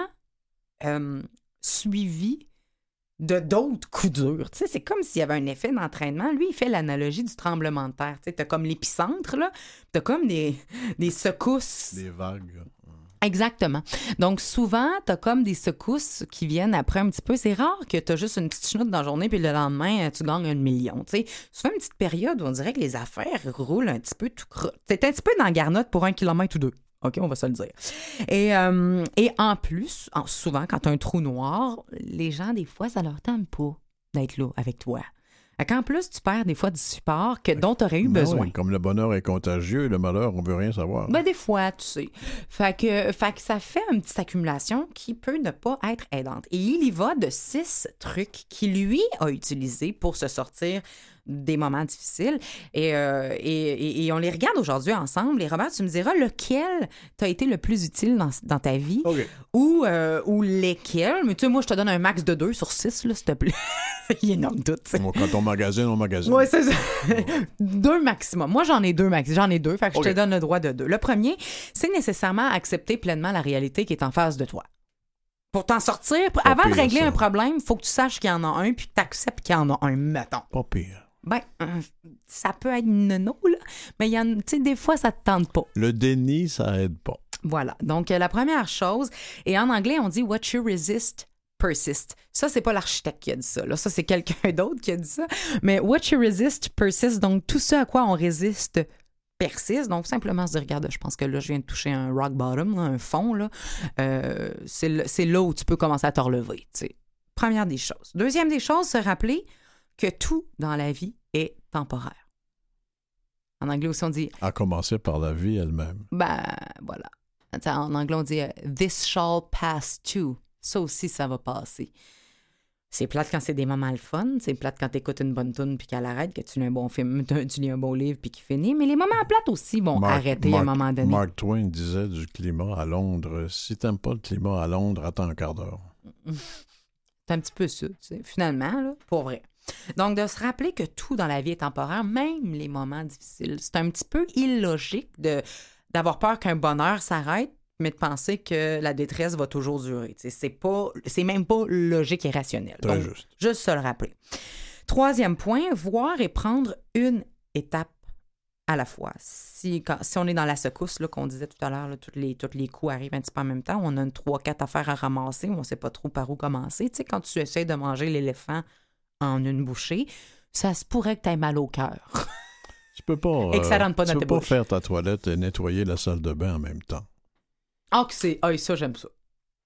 euh, suivi de d'autres coups durs. Tu sais, c'est comme s'il y avait un effet d'entraînement. Lui, il fait l'analogie du tremblement de terre. Tu sais, t'as comme l'épicentre, là, t'as comme des, des secousses. Des vagues. Exactement. Donc, souvent, t'as comme des secousses qui viennent après un petit peu. C'est rare que t'as juste une petite chenoute dans la journée puis le lendemain, tu gagnes un million. Tu sais, souvent, une petite période où on dirait que les affaires roulent un petit peu tout croche. T'es un petit peu dans la garnotte pour un kilomètre ou deux. OK, on va se le dire. Et, euh, et en plus, en, souvent, quand tu as un trou noir, les gens, des fois, ça leur tente pas d'être là avec toi. En plus, tu perds des fois du support que, dont tu aurais eu ben besoin. Oui, comme le bonheur est contagieux et le malheur, on veut rien savoir. Ben, des fois, tu sais. Fait que, fait que ça fait une petite accumulation qui peut ne pas être aidante. Et il y va de six trucs qu'il, lui, a utilisés pour se sortir des moments difficiles. Et, euh, et, et, et on les regarde aujourd'hui ensemble. Et Robert, tu me diras lequel t'a été le plus utile dans, dans ta vie OK. ou, euh, ou lesquels. Mais tu sais, moi, je te donne un max de deux sur six, là, s'il te plaît. Il est énorme tout. Bon, quand on magasine, on magasine. Oui, c'est ça. Deux maximum. Moi, j'en ai deux max. J'en ai deux. Fait que OK. je te donne le droit de deux. Le premier, c'est nécessairement accepter pleinement la réalité qui est en face de toi. Pour t'en sortir, Pas avant pire, de régler ça. un problème, il faut que tu saches qu'il y en a un puis que tu acceptes qu'il y en a un, mettons. Pas pire. Ben, euh, ça peut être nono, là, mais il y en, tu sais, des fois, ça te tente pas. Le déni, ça aide pas. Voilà. Donc, euh, la première chose, et en anglais, on dit « what you resist persist ». Ça, c'est pas l'architecte qui a dit ça, là. Ça, c'est quelqu'un d'autre qui a dit ça. Mais « what you resist persist », donc tout ce à quoi on résiste persiste. Donc, simplement se dire, regarde, je pense que là, je viens de toucher un rock bottom, là, un fond, là. Euh, c'est, le- c'est là où tu peux commencer à te relever, tu sais. Première des choses. Deuxième des choses, se rappeler que tout dans la vie est temporaire. En anglais aussi, on dit, À commencer par la vie elle-même. ben, voilà. Attends, en anglais, on dit, euh, this shall pass too. Ça aussi, ça va passer. C'est plate quand c'est des moments le fun. C'est plate quand t'écoutes une bonne tune puis qu'elle arrête, que tu lis un bon film, tu lis un bon livre puis qu'il finit. Mais les moments plates aussi vont Mark- arrêter à un Mark- moment donné. Mark Twain disait du climat à Londres, si t'aimes pas le climat à Londres, attends un quart d'heure. C'est un petit peu ça, tu sais, finalement, là, pour vrai. Donc, de se rappeler que tout dans la vie est temporaire, même les moments difficiles. C'est un petit peu illogique de, d'avoir peur qu'un bonheur s'arrête, mais de penser que la détresse va toujours durer. Tu sais, c'est pas, c'est même pas logique et rationnel. Très Donc, juste. juste se le rappeler. Troisième point, voir et prendre une étape à la fois. Si, quand, si on est dans la secousse, là, qu'on disait tout à l'heure, là, tous les, tous les coups arrivent un petit peu en même temps, on a une trois quatre affaires à ramasser, on ne sait pas trop par où commencer. Tu sais, quand tu essaies de manger l'éléphant en une bouchée, ça se pourrait que tu aies mal au cœur. Tu peux pas, Et que ça rentre pas tu dans peux tes pas bouches. faire ta toilette et nettoyer la salle de bain en même temps. Ah, que c'est. Ah, ça, j'aime ça.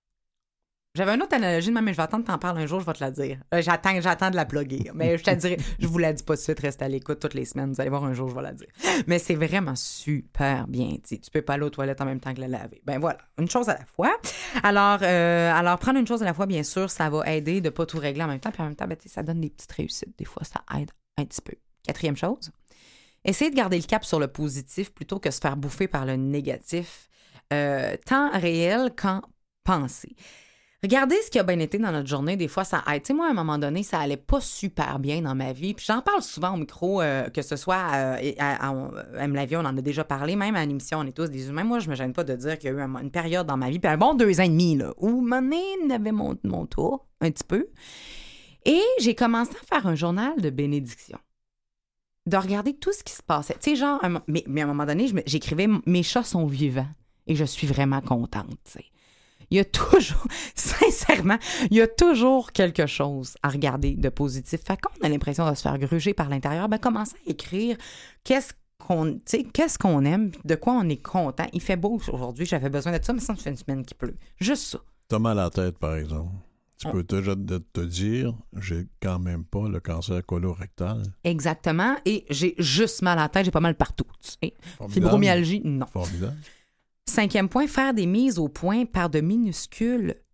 J'avais une autre analogie de même, mais je vais attendre que t'en parles un jour, je vais te la dire. Euh, j'attends, j'attends de la plugger. Mais je te dirai, je vous la dis pas tout de suite, restez à l'écoute toutes les semaines. Vous allez voir un jour, je vais la dire. Mais c'est vraiment super bien dit. Tu peux pas aller aux toilettes en même temps que la laver. Ben voilà, une chose à la fois. Alors, euh, alors prendre une chose à la fois, bien sûr, ça va aider de pas tout régler en même temps. Puis en même temps, ben, tu sais, ça donne des petites réussites. Des fois, ça aide un petit peu. Quatrième chose, essayez de garder le cap sur le positif plutôt que se faire bouffer par le négatif, euh, tant réel qu'en pensée. Regardez ce qui a bien été dans notre journée. Des fois, ça aide. Tu sais, moi, à un moment donné, ça allait pas super bien dans ma vie. Puis j'en parle souvent au micro, euh, que ce soit euh, à, à, à Aime la vie, on en a déjà parlé, même à l'émission, on est tous des humains. Moi, je me gêne pas de dire qu'il y a eu un- une période dans ma vie, puis un bon deux ans et demi, là, où un moment donné, il avait mon, mon tour, un petit peu. Et j'ai commencé à faire un journal de bénédiction. De regarder tout ce qui se passait. Tu sais, genre, un- mais, mais à un moment donné, je me- j'écrivais « Mes chats sont vivants » et je suis vraiment contente, tu sais. Il y a toujours, sincèrement, il y a toujours quelque chose à regarder de positif. Fait qu'on a l'impression de se faire gruger par l'intérieur, ben commencez à écrire qu'est-ce qu'on, tu sais, qu'est-ce qu'on aime, de quoi on est content. Il fait beau aujourd'hui, j'avais besoin de ça, mais ça me fait une semaine qu'il pleut. Juste ça. T'as mal à la tête, par exemple. Tu On- peux déjà te, te dire, j'ai quand même pas le cancer colorectal. Exactement. Et j'ai juste mal à la tête, j'ai pas mal partout. Tu sais. Formidable. Fibromyalgie, non. Formidable. Cinquième point, faire des mises au point par de minuscules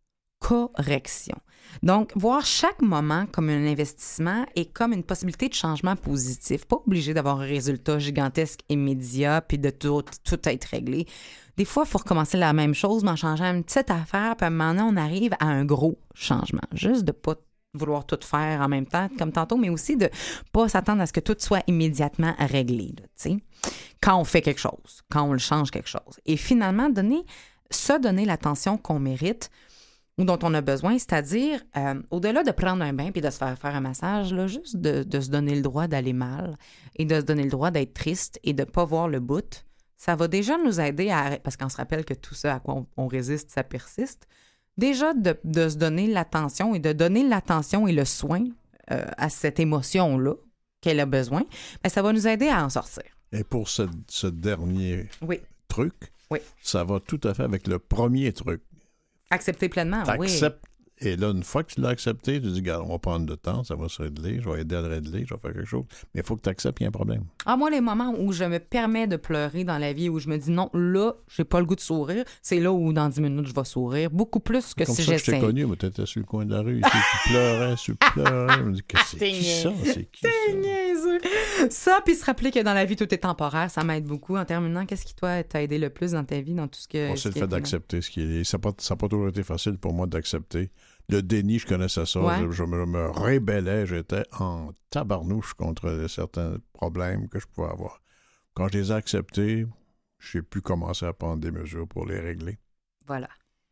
correction. Donc, voir chaque moment comme un investissement et comme une possibilité de changement positif. Pas obligé d'avoir un résultat gigantesque immédiat puis de tout, tout être réglé. Des fois, il faut recommencer la même chose, mais en changeant une petite affaire, puis à un moment donné, on arrive à un gros changement. Juste de ne pas vouloir tout faire en même temps, comme tantôt, mais aussi de ne pas s'attendre à ce que tout soit immédiatement réglé, là, tu sais, quand on fait quelque chose, quand on le change quelque chose. Et finalement, donner, se donner l'attention qu'on mérite ou dont on a besoin, c'est-à-dire, euh, au-delà de prendre un bain puis de se faire faire un massage, là, juste de, de se donner le droit d'aller mal et de se donner le droit d'être triste et de ne pas voir le bout, ça va déjà nous aider à... Parce qu'on se rappelle que tout ça à quoi on, on résiste, ça persiste. Déjà, de, de se donner l'attention et de donner l'attention et le soin euh, à cette émotion-là qu'elle a besoin, bien, ça va nous aider à en sortir. Et pour ce, ce dernier oui. truc, oui. ça va tout à fait avec le premier truc. Accepter pleinement, T'acceptes. oui. Et là, une fois que tu l'as accepté, tu dis, regarde, on va prendre le temps, ça va se régler, je vais aider à le régler, je vais faire quelque chose. Mais il faut que tu acceptes qu'il y a un problème. Ah, moi, les moments où je me permets de pleurer dans la vie, où je me dis, non, là, j'ai pas le goût de sourire, c'est là où, dans dix minutes, je vais sourire. Beaucoup plus que comme si ça j'essaie. Que je t'ai connu, mais tu étais sur le coin de la rue, ici, tu pleurais, tu pleurais. Je me dis, que c'est qui ça? C'est qui T'es ça? niaiseux. Ça, puis se rappeler que dans la vie, tout est temporaire, ça m'aide beaucoup. En terminant, qu'est-ce qui, toi, t'a aidé le plus dans ta vie, dans tout ce que... Bon, c'est le fait d'accepter ce qui est. Ça n'a pas, pas toujours été facile pour moi d'accepter. Le déni, je connaissais ça. Ouais. Je, je me, me rébellais. J'étais en tabarnouche contre certains problèmes que je pouvais avoir. Quand je les ai acceptés, j'ai pu commencer à prendre des mesures pour les régler. Voilà.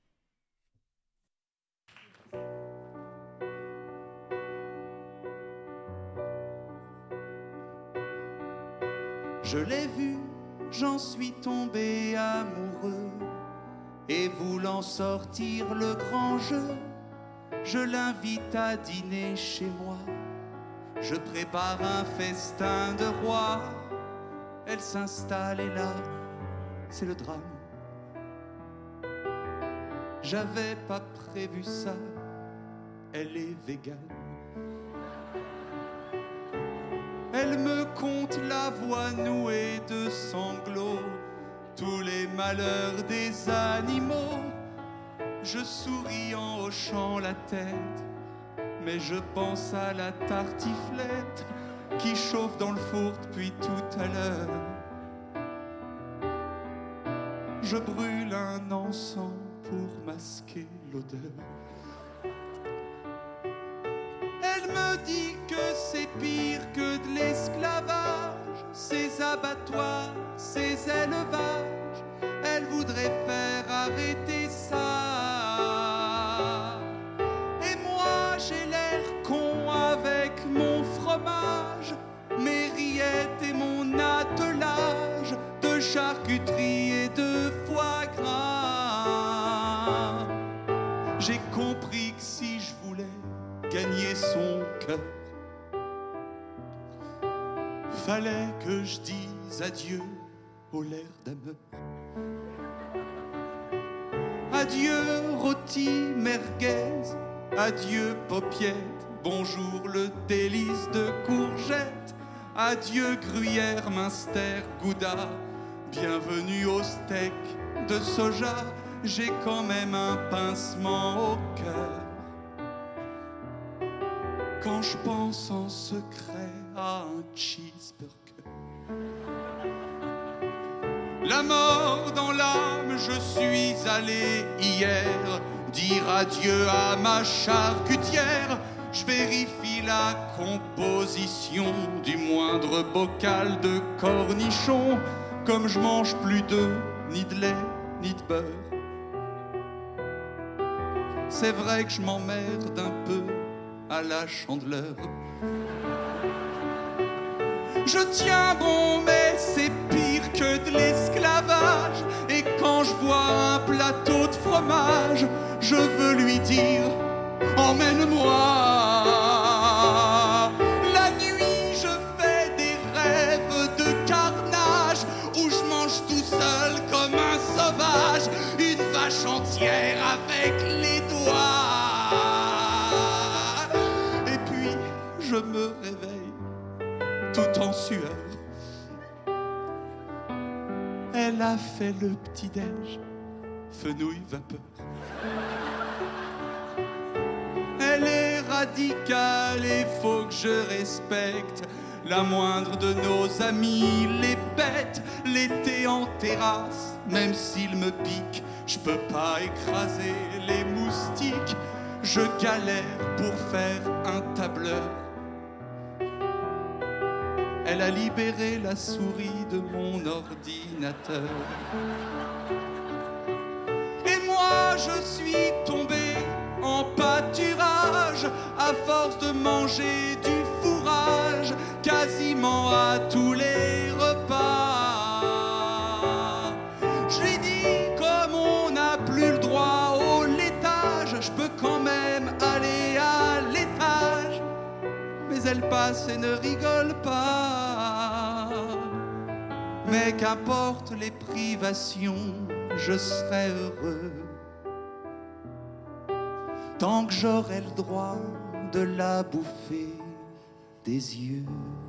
Je l'ai vu, j'en suis tombé amoureux, et voulant sortir le grand jeu, je l'invite à dîner chez moi. Je prépare un festin de roi. Elle s'installe et là, c'est le drame. J'avais pas prévu ça. Elle est végane. Elle me conte la voix nouée de sanglots, tous les malheurs des animaux. Je souris en hochant la tête, mais je pense à la tartiflette qui chauffe dans le four depuis tout à l'heure. Je brûle un encens pour masquer l'odeur. Elle me dit que c'est pire que de l'esclavage, ces abattoirs, ces élevages. Elle voudrait faire arrêter ça. Et moi j'ai l'air con avec mon fromage, mes rillettes et mon attelage de charcuterie et de foie gras. J'ai compris que si je voulais gagner son cœur, fallait que je dise adieu au l'air d'ameur. Adieu rôti merguez, adieu paupiette, bonjour le délice de courgette, adieu gruyère, minster, gouda, bienvenue au steak de soja, j'ai quand même un pincement au cœur quand je pense en secret à un cheeseburger. La mort dans l'âme, je suis allé hier dire adieu à ma charcutière. Je vérifie la composition du moindre bocal de cornichons. Comme je mange plus d'œufs, ni de lait, ni de beurre, c'est vrai que je m'emmerde un peu à la Chandeleur. Je tiens bon, mais c'est pire que de l'esclavage. Et quand je vois un plateau de fromage, je veux lui dire, emmène-moi. La nuit, je fais des rêves de carnage, où je mange tout seul comme un sauvage, une vache entière avec les doigts. Et puis, je me réveille tout en sueur. Elle a fait le petit-déj, fenouil vapeur. radical et faut que je respecte la moindre de nos amis, les bêtes, l'été en terrasse, même s'il me pique, je peux pas écraser les moustiques, je galère pour faire un tableur. Elle a libéré la souris de mon ordinateur. Et moi je suis tombé en pâturage à force de manger du fourrage quasiment à tous les repas. Je lui dis comme on n'a plus le droit au laitage, je peux quand même aller à l'étage. Mais elle passe et ne rigole pas. Mais qu'importe les privations, je serai heureux tant que j'aurai le droit de la bouffer des yeux.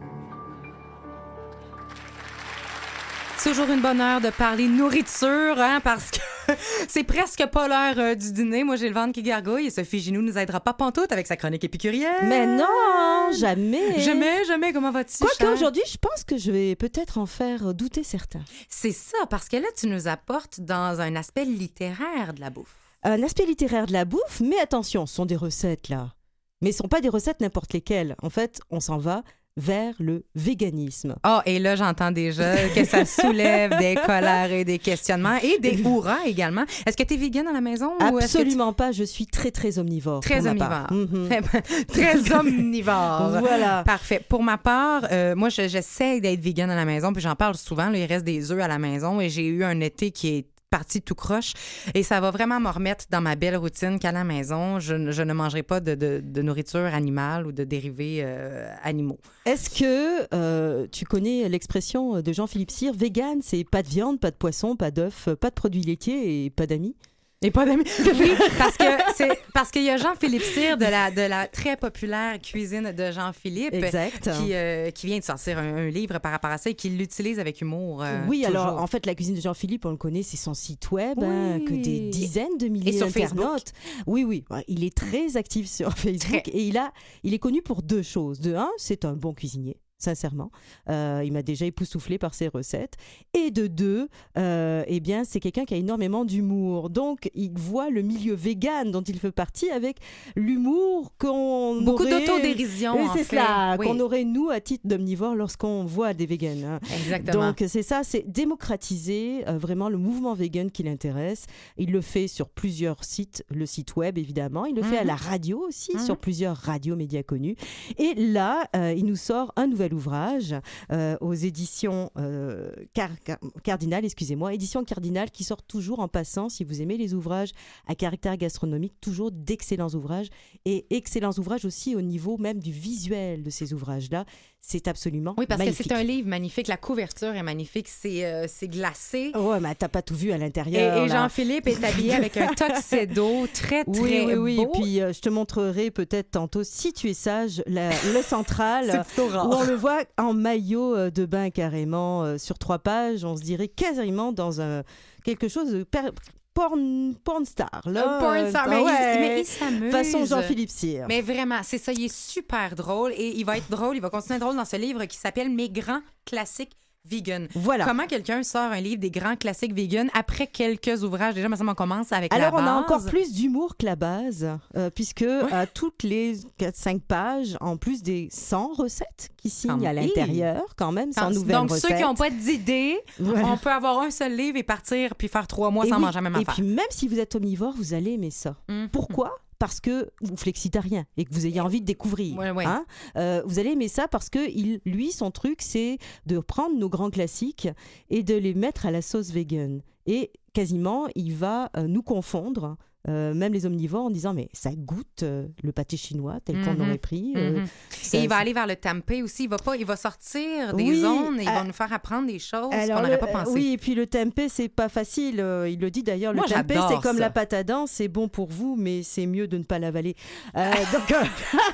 C'est toujours une bonne heure de parler nourriture, hein, parce que c'est presque pas l'heure euh, du dîner. Moi, j'ai le ventre qui gargouille et Sophie Ginou nous aidera pas pantoute avec sa chronique épicurienne. Mais non, jamais. Jamais, jamais. Comment vas-tu, Quoique Charles? aujourd'hui, je pense que je vais peut-être en faire douter certains. C'est ça, parce que là, tu nous apportes dans un aspect littéraire de la bouffe. Un aspect littéraire de la bouffe, mais attention, ce sont des recettes, là. Mais ce ne sont pas des recettes n'importe lesquelles. En fait, on s'en va vers le véganisme. Ah, oh, et là, j'entends déjà que ça soulève des colères et des questionnements et des hurrahs également. Est-ce que tu es vegan à la maison? Absolument ou tu... pas. Je suis très, très omnivore. Très omnivore. Mm-hmm. Très, très omnivore. Voilà. Parfait. Pour ma part, euh, moi, je, j'essaie d'être vegan à la maison, puis j'en parle souvent. Là, il reste des œufs à la maison et j'ai eu un été qui est partie tout croche et ça va vraiment me remettre dans ma belle routine qu'à la maison, je, je ne mangerai pas de, de, de nourriture animale ou de dérivés euh, animaux. Est-ce que euh, tu connais l'expression de Jean-Philippe Cyr, vegan, c'est pas de viande, pas de poisson, pas d'œufs, pas de produits laitiers et pas d'amis? Et pas d'amis. Oui, parce que c'est parce qu'il y a Jean-Philippe Cyr de la de la très populaire cuisine de Jean-Philippe, exact, qui euh, qui vient de sortir un, un livre par rapport à ça et qui l'utilise avec humour. Euh, oui, toujours. Alors en fait la cuisine de Jean-Philippe, on le connaît, c'est son site web, oui. hein, que des dizaines de milliers et sur d'internautes. Facebook. Oui, oui, il est très actif sur Facebook très. et il a il est connu pour deux choses. De un, c'est un bon cuisinier. Sincèrement, euh, il m'a déjà époustouflé par ses recettes. Et de deux, euh, eh bien, c'est quelqu'un qui a énormément d'humour. Donc, il voit le milieu vegan dont il fait partie avec l'humour qu'on Beaucoup aurait... d'autodérision, en en fait. C'est cela, oui. qu'on aurait, nous, à titre d'omnivore, lorsqu'on voit des véganes. Hein. Exactement. Donc, c'est ça, c'est démocratiser euh, vraiment le mouvement vegan qui l'intéresse. Il le fait sur plusieurs sites, le site web, évidemment. Il le mm-hmm. fait à la radio aussi, mm-hmm. sur plusieurs radios médias connus. Et là, euh, il nous sort un nouvel ouvrage euh, aux éditions euh, Car- Car- Cardinal, excusez-moi, éditions Cardinal qui sort toujours en passant, si vous aimez les ouvrages à caractère gastronomique, toujours d'excellents ouvrages et excellents ouvrages aussi au niveau même du visuel de ces ouvrages-là. C'est absolument Oui, parce magnifique. que c'est un livre magnifique. La couverture est magnifique. C'est, euh, c'est glacé. Ouais, mais t'as pas tout vu à l'intérieur. Et, et Jean-Philippe est habillé avec un tuxedo très, très oui, oui, oui. beau. Et puis, euh, je te montrerai peut-être tantôt, si tu es sage, la, le central. C'est plutôt rare. Où on le voit en maillot de bain carrément euh, sur trois pages. On se dirait quasiment dans un, quelque chose de... Per- Porn, porn star, là. Un porn star, euh, mais, ouais. il, mais il s'amuse. Façon Jean-Philippe Cyr. Mais vraiment, c'est ça, il est super drôle et il va être drôle, il va continuer à être drôle dans ce livre qui s'appelle « Mes grands classiques vegan ». Voilà. Comment quelqu'un sort un livre des grands classiques vegan après quelques ouvrages? Déjà, mais ça, on commence avec Alors, la base. on a encore plus d'humour que la base, euh, puisque ouais. à toutes les quatre cinq pages, en plus des cent recettes qui signent quand à l'intérieur, quand même, cent nouvelles Donc, recettes. ceux qui n'ont pas d'idée, voilà. on peut avoir un seul livre et partir puis faire trois mois et sans oui, manger la même et affaire. Et puis, même si vous êtes omnivore, vous allez aimer ça. Mm-hmm. Pourquoi? Parce que vous flexitarien et que vous ayez envie de découvrir. Ouais, ouais. Hein? Euh, vous allez aimer ça parce que il, lui, son truc, c'est de prendre nos grands classiques et de les mettre à la sauce vegan. Et quasiment, il va euh, nous confondre, euh, même les omnivores, en disant mais ça goûte euh, le pâté chinois tel mm-hmm. qu'on aurait pris. Euh, mm-hmm. ça, et il va aller vers le tempeh aussi. Il va, pas, il va sortir des oui, zones et il euh, va nous faire apprendre des choses qu'on n'aurait pas pensé. Oui, et puis le tempeh, c'est pas facile. Euh, il le dit d'ailleurs, le Moi, tempeh, c'est comme ça. la pâte à dents, c'est bon pour vous, mais c'est mieux de ne pas l'avaler. Euh, donc, euh,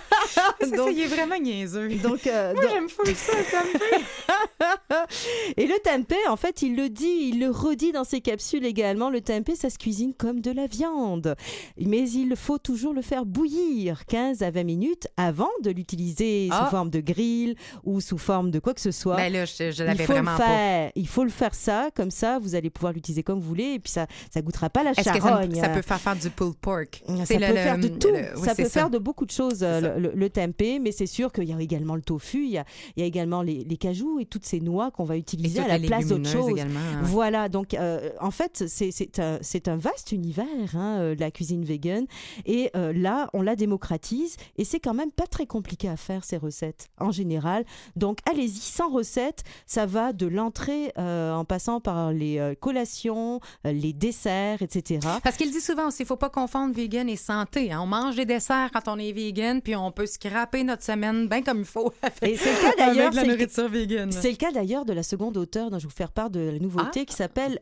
ça, donc, ça, il est vraiment niaiseux. Donc, euh, Moi, donc... j'aime fou ça, le tempeh. Et le tempeh, en fait, il le dit, il le redit dans ses capsules également, le tempeh, ça se cuisine comme de la viande. Mais il faut toujours le faire bouillir quinze à vingt minutes avant de l'utiliser Ah. sous forme de grill ou sous forme de quoi que ce soit. Ben là, je, je il, l'avais faut le vraiment pas. faire, il faut le faire ça, comme ça, vous allez pouvoir l'utiliser comme vous voulez et puis ça ne goûtera pas la Est-ce que ça, charogne. ça peut faire faire du pulled pork? Ça C'est peut le- faire le- de tout. le- oui, ça c'est peut faire de beaucoup de choses, C'est euh, ça. le, le, le tempeh, mais c'est sûr qu'il y a également le tofu, il y a, il y a également les, les cajous et toutes ces noix qu'on va Et utiliser toutes à la les place d'autres légumineuses choses. également. hein. Voilà, donc euh, en fait, c'est, c'est, un, c'est un vaste univers, hein, euh, la cuisine vegan. Et euh, là, on la démocratise et c'est quand même pas très compliqué à faire ces recettes en général. Donc allez-y, sans recette, ça va de l'entrée euh, en passant par les euh, collations, euh, les desserts, et cetera. Parce qu'il dit souvent aussi, il ne faut pas confondre vegan et santé. hein. On mange des desserts quand on est vegan, puis on peut scraper notre semaine bien comme il faut. Et c'est le cas d'ailleurs, Avec de la c'est le- nourriture vegan. C'est le cas d'ailleurs de la seconde auteure dont je vais vous faire part de la nouveauté Ah. qui s'appelle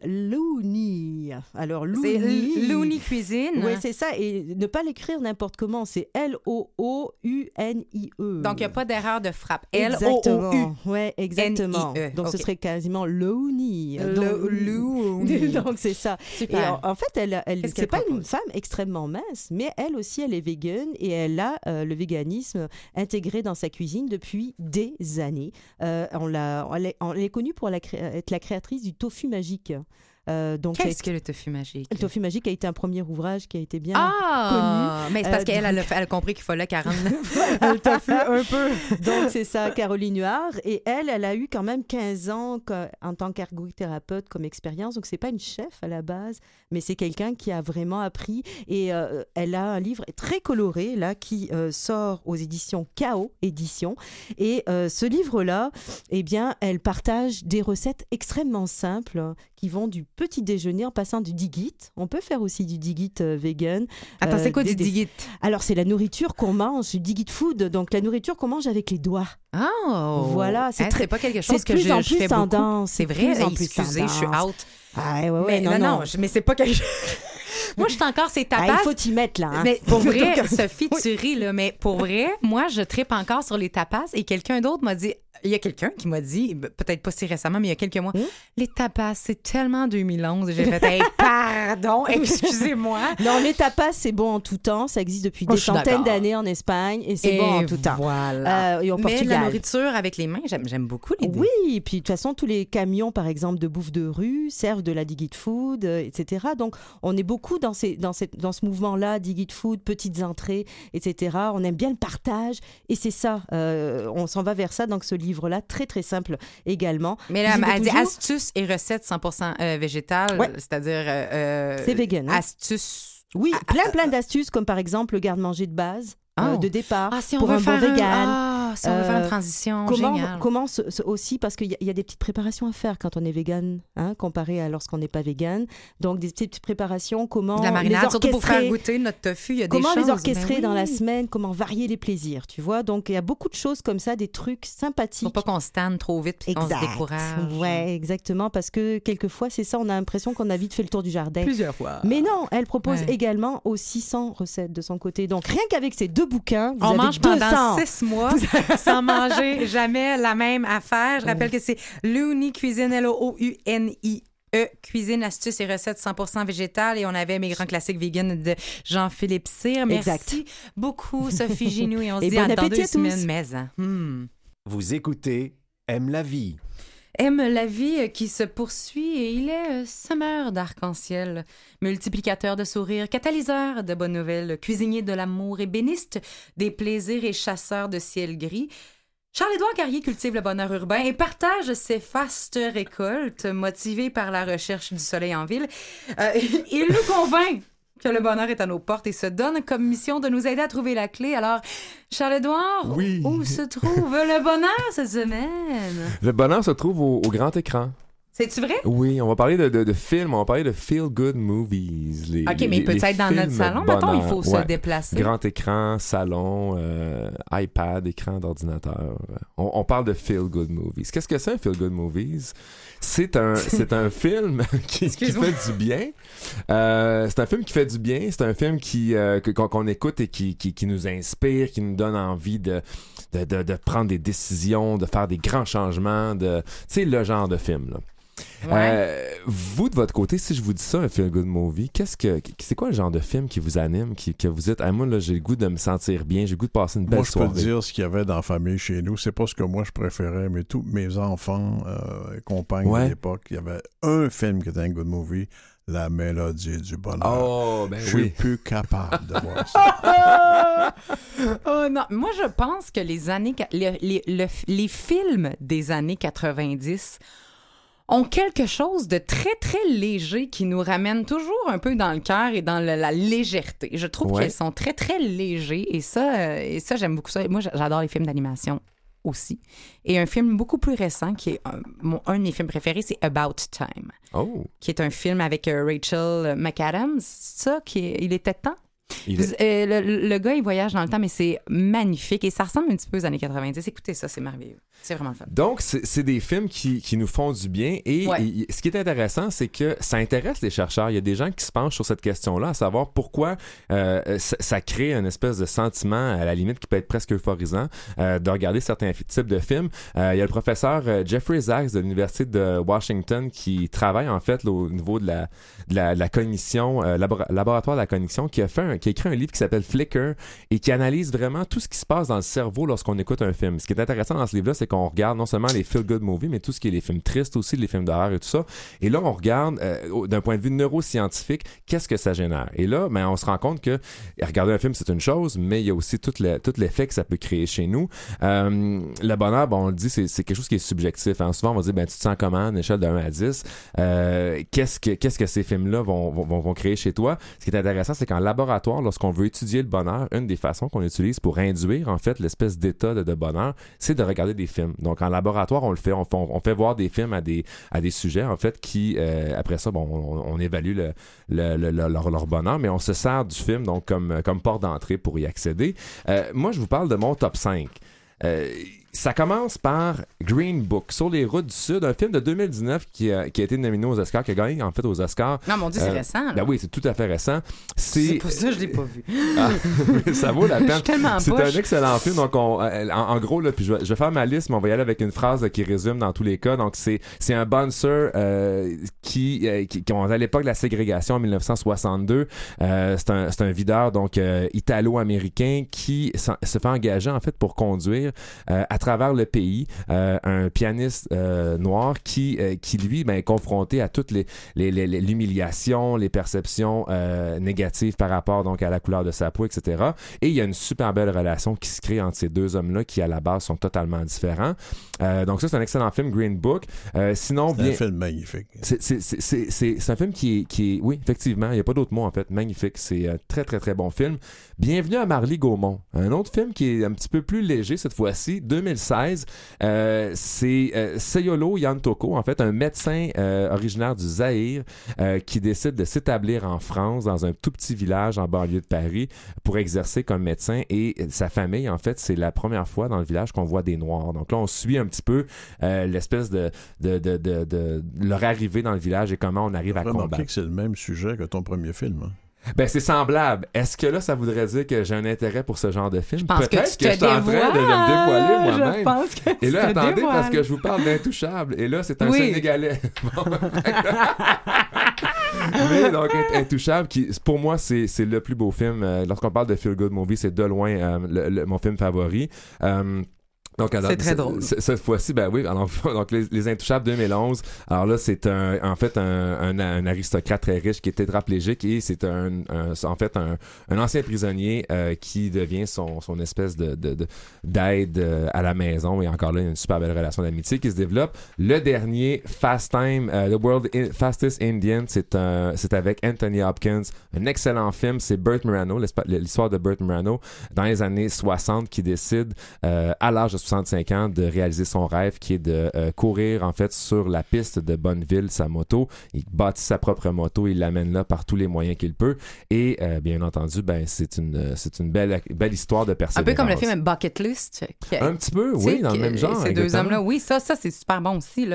Looney. Alors C'est Looney. Looney Cuisine. Oui, c'est ça. Et ne pas l'écrire n'importe comment. C'est L O O U N I E. Donc, il n'y a pas d'erreur de frappe. Exactement. L O O U. Oui, exactement. N I E. Donc, OK. ce serait quasiment Looney. Lo- Donc, Looney. Donc, c'est ça. Et Super. en, en fait, elle, elle Qu'est-ce c'est qu'elle pas une propose? femme extrêmement mince, mais elle aussi, elle est végane et elle a euh, le véganisme intégré dans sa cuisine depuis des années. Euh, on, l'a, on, est, on est connue pour la cré- être la créatrice du tofu magique. Euh, donc, Qu'est-ce c'est- que le tofu magique? le tofu magique a été un premier ouvrage qui a été bien Ah! Mais c'est parce Euh, qu'elle elle a, elle a compris qu'il fallait qu'elle rende le tofu un peu. Donc, c'est ça, Caroline Huard. Et elle, elle a eu quand même quinze ans que- en tant qu'ergothérapeute comme expérience. Donc, c'est pas une chef à la base, mais c'est quelqu'un qui a vraiment appris. Et euh, elle a un livre très coloré, là, qui euh, sort aux éditions K O Éditions. Et euh, ce livre-là, eh bien, elle partage des recettes extrêmement simples qui vont du petit déjeuner en passant du digit. On peut faire aussi du digit euh, vegan. Attends, Euh, c'est quoi des- du des- digit? Alors, c'est la nourriture qu'on mange, du digit food, donc la nourriture qu'on mange avec les doigts. Oh! Voilà, c'est Hein, très- c'est pas quelque chose c'est que de je, plus en je plus fais beaucoup. tendance, C'est c'est vrai? de plus en Hey, plus excusez, je suis tendance. out. Ah, ouais, ouais, mais non, non, non. non, je- mais c'est pas quelque chose... Moi, je suis encore ces Ah, tapas. il faut t'y mettre, là. Hein. Mais pour vrai, Donc, Sophie, tu ris, là, mais pour vrai, moi, je trippe encore sur les tapas et quelqu'un d'autre m'a dit, il y a quelqu'un qui m'a dit, peut-être pas si récemment, mais il y a quelques mois, Hmm? les tapas, c'est tellement deux mille onze. Et j'ai fait, hey, pardon, excusez-moi. Non, les tapas, c'est bon en tout temps. Ça existe depuis Oh, des je suis centaines d'accord. d'années en Espagne et c'est Et bon en tout temps. voilà. Euh, et au Mais Portugal. la nourriture avec les mains, j'aime, j'aime beaucoup l'idée. Oui, et puis de toute façon, tous les camions, par exemple, de bouffe de rue servent de la digit food, euh, et cetera. Donc, on est beaucoup dans, ces, dans, cette, dans ce mouvement-là, digit food, petites entrées, et cetera. On aime bien le partage, et c'est ça. euh, on s'en va vers ça, donc ce livre-là, très, très simple également. Mais là, Cuisine de elle dit toujours. astuces et recettes cent pour cent euh, végétales, Ouais. c'est-à-dire... euh, euh, C'est vegan, hein. Astuces... Oui, plein, plein d'astuces, comme par exemple le garde-manger de base, euh, Oh. de départ, Ah, si on pour veut un bon faire un- vegan. Ah, si on veut faire une Euh, transition, Comment, génial. comment se- se- aussi, parce qu'il y, a- il y a des petites préparations à faire quand on est vegan, hein, comparé à lorsqu'on n'est pas vegan. Donc, des petites préparations, comment De la marinade, les surtout pour faire orchestrer, goûter notre tofu, il y a comment des choses. les orchestrer ben dans la oui. semaine, comment varier les plaisirs, tu vois. Donc, il y a beaucoup de choses comme ça, des trucs sympathiques. Faut pas qu'on se tanne trop vite puis qu'on se décourage. Ouais, exactement, parce que quelquefois, c'est ça, on a l'impression qu'on a vite fait le tour du jardin. Plusieurs fois. Mais non, elle propose Ouais. également aussi cent recettes de son côté. Donc, rien qu'avec ces deux bouquins, vous On avez mange deux pendant cents. six mois sans manger jamais la même affaire. Je rappelle que c'est Looney Cuisine, L O O U N I E, cuisine, astuces et recettes cent pour cent végétales. Et on avait mes grands classiques vegan de Jean-Philippe Cyr. Merci Exact. beaucoup, Sophie Ginou. Et on se Et dit bon à dans appétit deux à tous. semaines. Mais, hein, hmm. Vous écoutez Aime la vie. Aime la vie qui se poursuit et il est euh, semeur d'arc-en-ciel, multiplicateur de sourires, catalyseur de bonnes nouvelles, cuisinier de l'amour, ébéniste des plaisirs et chasseur de ciel gris. Charles-Édouard Carrier cultive le bonheur urbain et partage ses fastes récoltes motivées par la recherche du soleil en ville. Euh, il nous convainc que le bonheur est à nos portes et se donne comme mission de nous aider à trouver la clé. Alors, Charles-Édouard, Oui. où se trouve le bonheur cette semaine? Le bonheur se trouve au, au grand écran. C'est-tu vrai? Oui, on va parler de, de, de films, on va parler de feel-good movies. Les, OK, les- mais il peut les être dans notre films salon. Mettons, il faut bonheur. se Ouais. déplacer. Grand écran, salon, euh, iPad, écran d'ordinateur. On, on parle de feel-good movies. Qu'est-ce que c'est un feel-good movies? C'est un, c'est un film qui, qui Excuse-moi. fait du bien. Euh, c'est un film qui fait du bien. C'est un film qui, euh, que- qu'on, qu'on écoute et qui, qui, qui nous inspire, qui nous donne envie de, de, de, de prendre des décisions, de faire des grands changements. De, tu sais, le genre de film, là. Ouais. Euh, vous, de votre côté, si je vous dis ça, un feel-good movie, qu'est-ce que, c'est quoi le genre de film qui vous anime, qui, que vous dites, ah, moi, là, j'ai le goût de me sentir bien, j'ai le goût de passer une belle moi, je soirée? peux te dire ce qu'il y avait dans la famille chez nous. C'est pas ce que moi, je préférais, mais tous mes enfants euh, et compagnes Ouais. à l'époque, il y avait un film qui était un good movie, La Mélodie du Bonheur. Oh, ben je suis oui. plus capable de voir ça. Oh non, moi je pense que les années les, les, le- les films des années quatre-vingt-dix ont quelque chose de très très léger qui nous ramène toujours un peu dans le cœur et dans le- la légèreté. Je trouve Ouais. qu'ils sont très très légers et ça euh, et ça j'aime beaucoup ça. Moi j'adore les films d'animation aussi. Et un film beaucoup plus récent qui est un, mon, un de mes films préférés, c'est About Time, Oh, qui est un film avec euh, Rachel McAdams. C'est ça qui est, il était temps. il est- Vous- euh, le, le gars, il voyage dans le temps, mais c'est magnifique et ça ressemble un petit peu aux années quatre-vingt-dix. Écoutez ça, c'est merveilleux. C'est vraiment le fun. Donc, c'est c'est des films qui, qui nous font du bien. Et, Ouais. et ce qui est intéressant, c'est que ça intéresse les chercheurs. Il y a des gens qui se penchent sur cette question-là, à savoir pourquoi euh, ça, ça crée une espèce de sentiment, à la limite, qui peut être presque euphorisant, euh, de regarder certains fi- types de films. Euh, il y a le professeur euh, Jeffrey Sachs de l'Université de Washington qui travaille, en fait, là, au niveau de la, de la, de la cognition, euh, labora- laboratoire de la cognition, qui a, fait un, qui a écrit un livre qui s'appelle Flicker et qui analyse vraiment tout ce qui se passe dans le cerveau lorsqu'on écoute un film. Ce qui est intéressant dans ce livre-là, c'est qu'on regarde non seulement les feel-good movies, mais tout ce qui est les films tristes aussi, les films d'horreur et tout ça. Et là, on regarde, euh, au- d'un point de vue neuroscientifique, qu'est-ce que ça génère. Et là, ben, on se rend compte que regarder un film, c'est une chose, mais il y a aussi tout, le, tout l'effet que ça peut créer chez nous. Euh, le bonheur, bon, on le dit, c'est, c'est quelque chose qui est subjectif. Hein. Souvent, on va dire, ben, tu te sens comment à une échelle de un à dix? Euh, qu'est-ce, que, qu'est-ce que ces films-là vont, vont, vont créer chez toi? Ce qui est intéressant, c'est qu'en laboratoire, lorsqu'on veut étudier le bonheur, une des façons qu'on utilise pour induire, en fait, l'espèce d'état de, de bonheur, c'est de regarder des films. Donc, en laboratoire, on le fait. On fait, on fait voir des films à des, à des sujets, en fait, qui, euh, après ça, bon, on, on évalue le, le, le, le- leur, leur bonheur, mais on se sert du film, donc, comme, comme porte d'entrée pour y accéder. Euh, moi, je vous parle de mon top cinq. Euh, ça commence par Green Book, Sur les routes du Sud, un film de deux mille dix-neuf qui a, qui a été nominé aux Oscars, qui a gagné en fait aux Oscars. Non, mon Dieu, c'est Euh, récent. là. Ben oui, c'est tout à fait récent. C'est C'est, pour ça que je l'ai pas vu. Ah, ça vaut la Je peine. suis tellement en C'est poche. un excellent film. Donc, on, euh, en, en gros, là, puis je vais, je vais faire ma liste, mais on va y aller avec une phrase là, qui résume dans tous les cas. Donc, c'est, c'est un bouncer euh, qui, euh, qui, qui, à l'époque de la ségrégation en dix-neuf cent soixante-deux, euh, c'est, un, c'est un videur donc euh, italo-américain qui s'en- se fait engager en fait pour conduire euh, à travers le pays euh, un pianiste euh, noir qui, euh, qui lui, ben, est confronté à toutes les, les, les, les- l'humiliation, les perceptions euh, négatives par rapport donc à la couleur de sa peau, et cetera. Et il y a une super belle relation qui se crée entre ces deux hommes-là qui, à la base, sont totalement différents. Euh, donc ça, c'est un excellent film, Green Book. Euh, sinon, C'est bien... un film magnifique. C'est, c'est, c'est, c'est, c'est, c'est un film qui est, qui est... Oui, effectivement, il n'y a pas d'autre mot, en fait. Magnifique. C'est un très, très, très bon film. Bienvenue à Marly-Gaumont. Un autre film qui est un petit peu plus léger cette fois-ci, deux mille seize. Euh, c'est euh, Seyolo Yantoko, en fait, un médecin euh, originaire du Zaïre euh, qui décide de s'établir en France, dans un tout petit village en banlieue de Paris, pour exercer comme médecin. Et sa famille, en fait, c'est la première fois dans le village qu'on voit des Noirs. Donc là, on suit un petit peu euh, l'espèce de, de, de, de, de leur arrivée dans le village et comment on arrive à Remarquez combattre. que c'est le même sujet que ton premier film. Hein? Ben, c'est semblable. Est-ce que là, ça voudrait dire que j'ai un intérêt pour ce genre de film? Je pense Peut-être que tu te je suis en train de, de me dévoiles. dévoiler moi-même. Je pense que Et là, tu te attendez, parce dévoiles. que je vous parle d'Intouchable. Et là, c'est un Oui. Sénégalais. Bon. Mais donc, Intouchable, qui, pour moi, c'est, c'est le plus beau film. Euh, lorsqu'on parle de Feel Good Movie, c'est de loin euh, le, le- mon film favori. Euh, Donc, alors, C'est très drôle. c- Cette fois-ci, ben oui. Alors, donc, les, les Intouchables deux mille onze. Alors là, c'est un, en fait un, un, un aristocrate très riche qui est tétraplégique et c'est un, un en fait un, un ancien prisonnier euh, qui devient son, son espèce de, de, de d'aide euh, à la maison. Et encore là, il y a une super belle relation d'amitié qui se développe. Le dernier, Fast Time, euh, The World In- Fastest Indian, c'est un, c'est avec Anthony Hopkins. Un excellent film. C'est Burt Morano, l'histoire de Burt Morano dans les années soixante qui décide euh, à l'âge de soixante-cinq ans de réaliser son rêve qui est de euh, courir en fait sur la piste de Bonneville, sa moto. Il bâtit sa propre moto, il l'amène là par tous les moyens qu'il peut et euh, bien entendu ben c'est une c'est une belle belle histoire de Un persévérance. peu comme le film Bucket List. qui- Un petit peu, tu oui, sais, dans le que- même genre. Ces deux exactement. hommes-là, oui, ça, ça c'est super bon aussi, là.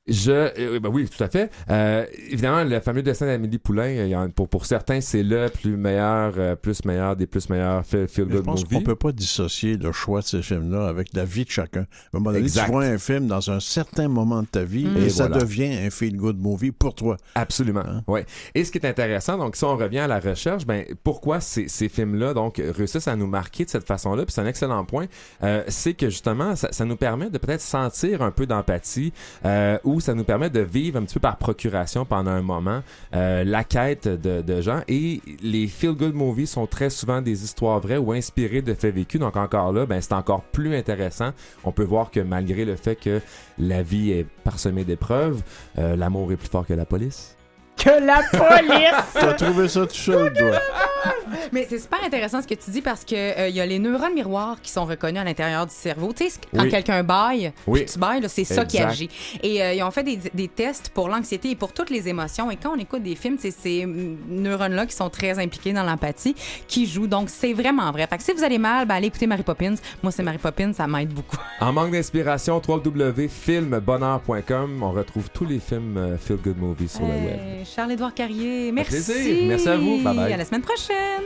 Je, euh, ben oui, tout à fait. Euh, évidemment, le fameux dessin d'Amélie Poulain, il y en, pour, pour certains, c'est le plus meilleur, euh, plus meilleur des plus meilleurs feel-good movies. Je pense qu'on ne peut pas dissocier le choix de ces films-là avec la vie de chacun. À un moment donné, exact. tu vois un film dans un certain moment de ta vie mmh. et, et ça voilà. devient un feel-good movie pour toi. Absolument, hein? Oui. Et ce qui est intéressant, donc si on revient à la recherche, ben pourquoi ces, ces films-là donc réussissent à nous marquer de cette façon-là, puis c'est un excellent point, euh, c'est que justement, ça, ça nous permet de peut-être sentir un peu d'empathie euh, ou ça nous permet de vivre un petit peu par procuration pendant un moment euh, la quête de, de gens. Et les feel-good movies sont très souvent des histoires vraies ou inspirées de faits vécus. Donc encore là, ben, c'est encore plus intéressant. On peut voir que malgré le fait que la vie est parsemée d'épreuves, euh, l'amour est plus fort que la police. Que la police! T'as trouvé ça tout seul, toi? Mais c'est super intéressant ce que tu dis parce que euh, y a les neurones miroirs qui sont reconnus à l'intérieur du cerveau. Tu sais, quand oui. quelqu'un baille, oui. tu bailles, là, c'est ça exact. qui agit. Et euh, ils ont fait des, des tests pour l'anxiété et pour toutes les émotions. Et quand on écoute des films, c'est ces neurones-là qui sont très impliqués dans l'empathie qui jouent. Donc, c'est vraiment vrai. Fait que si vous allez mal, ben, allez écouter Mary Poppins. Moi, c'est Mary Poppins, ça m'aide beaucoup. En manque d'inspiration, w w w point film bonheur point com. On retrouve tous les films euh, Feel Good Movies sur hey, le web. Charles-Édouard Carrier, merci. Plaisir. Merci à vous. Bye bye. À la semaine prochaine.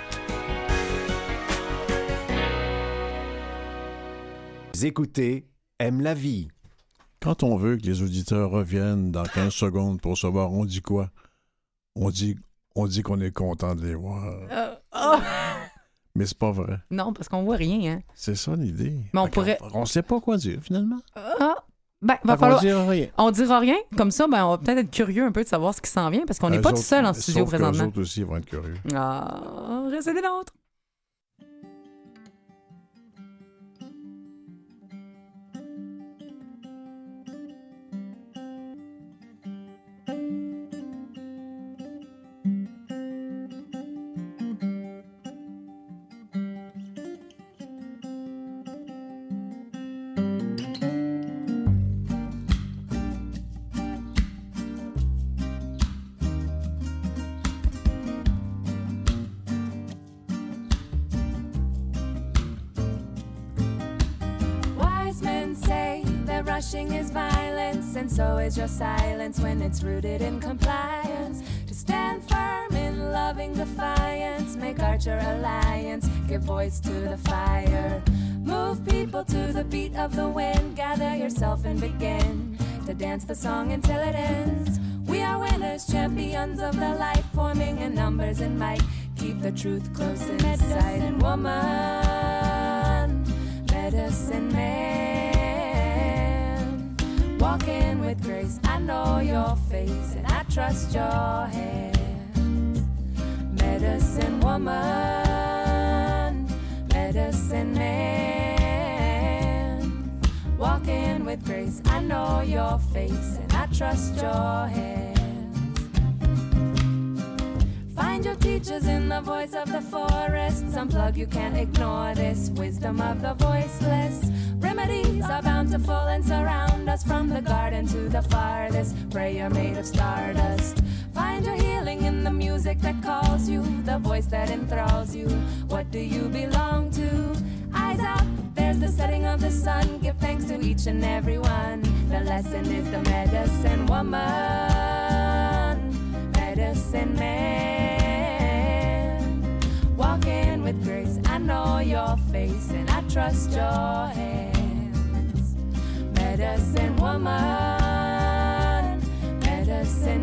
Vous écoutez Aime la vie. Quand on veut que les auditeurs reviennent dans quinze secondes pour savoir, on dit quoi? On dit, on dit qu'on est content de les voir. Euh, oh. Mais c'est pas vrai. Non, parce qu'on voit rien. Hein. C'est ça l'idée. Mais on fait pourrait... On sait pas quoi dire, finalement. Ah. Ben, va fait falloir... On dira rien. On dira rien. Comme ça, ben, on va peut-être être curieux un peu de savoir ce qui s'en vient parce qu'on n'est pas autres, tout seul en studio sauf présentement. Les autres aussi vont être curieux. Ah, restez des nôtres. Rushing is violence, and so is your silence when it's rooted in compliance. To stand firm in loving defiance, make Archer alliance, give voice to the fire. Move people to the beat of the wind, gather yourself and begin to dance the song until it ends. We are winners, champions of the light, forming in numbers and might. Keep the truth close in sight. And woman, medicine man. Walking with grace, I know your face and I trust your hand. Medicine woman, medicine man. Walking with grace, I know your face and I trust your hands. Find your teachers in the voice of the forest. Unplug, you can't ignore this wisdom of the voiceless. Remedies are bountiful and surround us from the garden to the farthest. Prayer made of stardust. Find your healing in the music that calls you, the voice that enthralls you. What do you belong to? Eyes out, there's the setting of the sun. Give thanks to each and every one. The lesson is the medicine woman, medicine man. Walking with grace, I know your face and I trust your hands. Medicine woman, medicine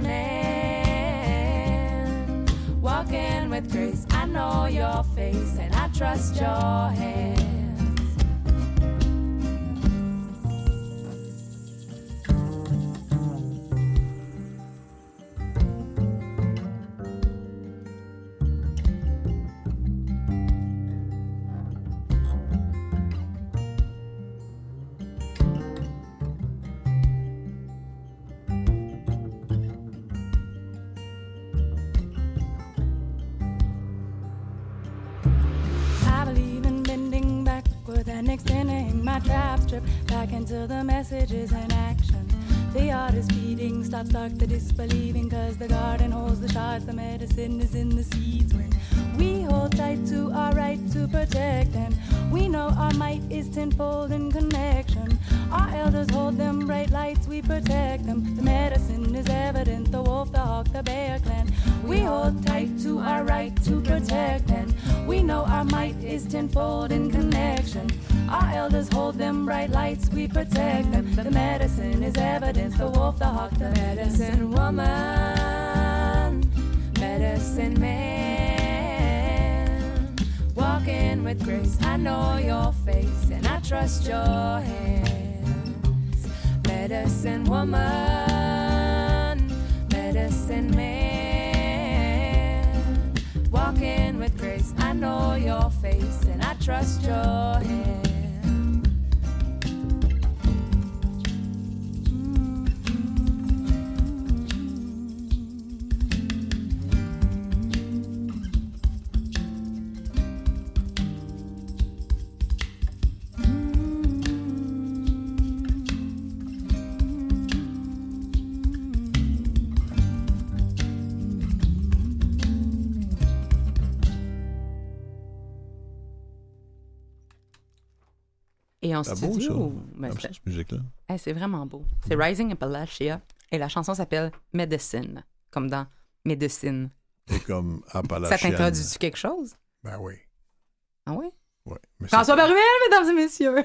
man. Walking with grace, I know your face and I trust your hands. Extending my trap strip back into the messages in action. The art is feeding, stop, start the disbelieving, cause the garden holds the shards, the medicine is in the seeds. When we hold tight to our right to protect, and we know our might is tenfold in connection. Our elders hold them bright lights, we protect them. The medicine is evident, the wolf, the hawk, the bear clan. We hold tight to our right to protect, and we know our might is tenfold in connection. Our elders hold them bright lights, we protect them. The medicine is evidence, the wolf, the hawk, the medicine woman, medicine man. Walking with grace, I know your face and I trust your hands. Medicine woman, medicine man. Walking with grace, I know your face and I trust your hands. Et en C'est studio, beau, ça. ben, Comme c'est... ça, cette musique-là. Hey, c'est vraiment beau. C'est Rising Appalachia et la chanson s'appelle Medicine, comme dans Médecine. Et comme Appalachian. Ça t'introduit-tu quelque chose? Ben oui. Ah oui? Oui. Mais François c'est- Baruel, mesdames et messieurs!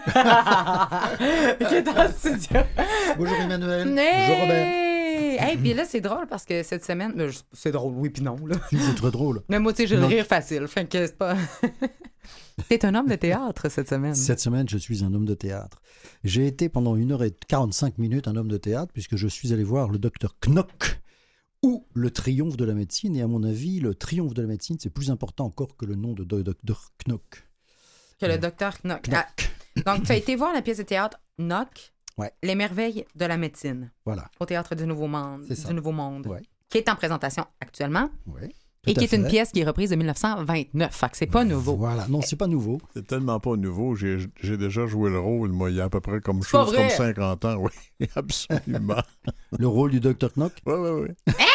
Qui est en studio. Bonjour Emmanuel. Hey! Bonjour Robert. Hey, puis là, c'est drôle parce que cette semaine... ben, je- C'est drôle, oui puis non, là. C'est très drôle. Mais moi, tu sais, j'ai le Non. rire facile, fait que c'est pas... T'es un homme de théâtre cette semaine. Cette semaine, je suis un homme de théâtre. J'ai été pendant une heure et quarante-cinq minutes un homme de théâtre puisque je suis allé voir le docteur Knock ou le triomphe de la médecine. Et à mon avis, le triomphe de la médecine, c'est plus important encore que le nom de docteur Knock. Que le docteur Knock. Ah, donc, tu as été voir la pièce de théâtre Knock, Ouais. Les merveilles de la médecine, Voilà. au Théâtre du Nouveau Monde, C'est ça. du Nouveau Monde, Ouais. qui est en présentation actuellement Ouais. et Tout qui à est une fait. pièce qui est reprise de mille neuf cent vingt-neuf. Fait que c'est pas nouveau. Voilà. Non, c'est pas nouveau. C'est tellement pas nouveau. J'ai, j'ai déjà joué le rôle, moi, il y a à peu près comme C'est pas chose vrai. comme cinquante ans. Oui, absolument. Le rôle du docteur Knock. Oui, oui, oui.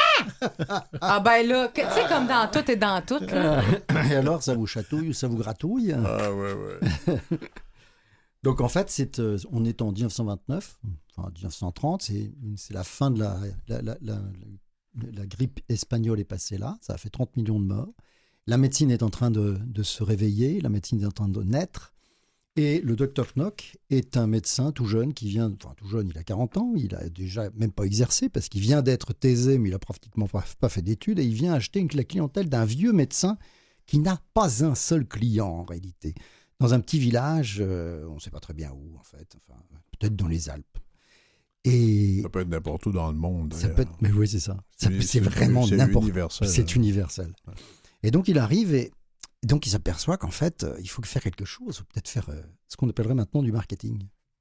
Ah ben là, que- tu sais, comme dans tout et dans tout, là. Et alors, ça vous chatouille ou ça vous gratouille? Ah, oui, oui. Donc en fait, c'est, euh, on est en dix-neuf cent vingt-neuf, enfin dix-neuf cent trente, c'est, c'est la fin de la, la, la, la, la grippe espagnole est passée là, ça a fait trente millions de morts. La médecine est en train de, de se réveiller, la médecine est en train de naître. Et le docteur Knock est un médecin tout jeune qui vient, enfin tout jeune, il a quarante ans, il a déjà même pas exercé parce qu'il vient d'être thésé, mais il a pratiquement pas, pas fait d'études, et il vient acheter une, la clientèle d'un vieux médecin qui n'a pas un seul client en réalité. Dans un petit village, euh, on ne sait pas très bien où en fait, enfin, peut-être dans les Alpes. Et Ça peut être n'importe où dans le monde. ça d'ailleurs. peut être, mais oui, c'est ça. Ça C'est- peut- c'est c'est- vraiment c'est n'importe. universel. C'est universel. Et donc il arrive et donc il s'aperçoit qu'en fait, euh, il faut faire quelque chose, il faut peut-être faire euh, ce qu'on appellerait maintenant du marketing.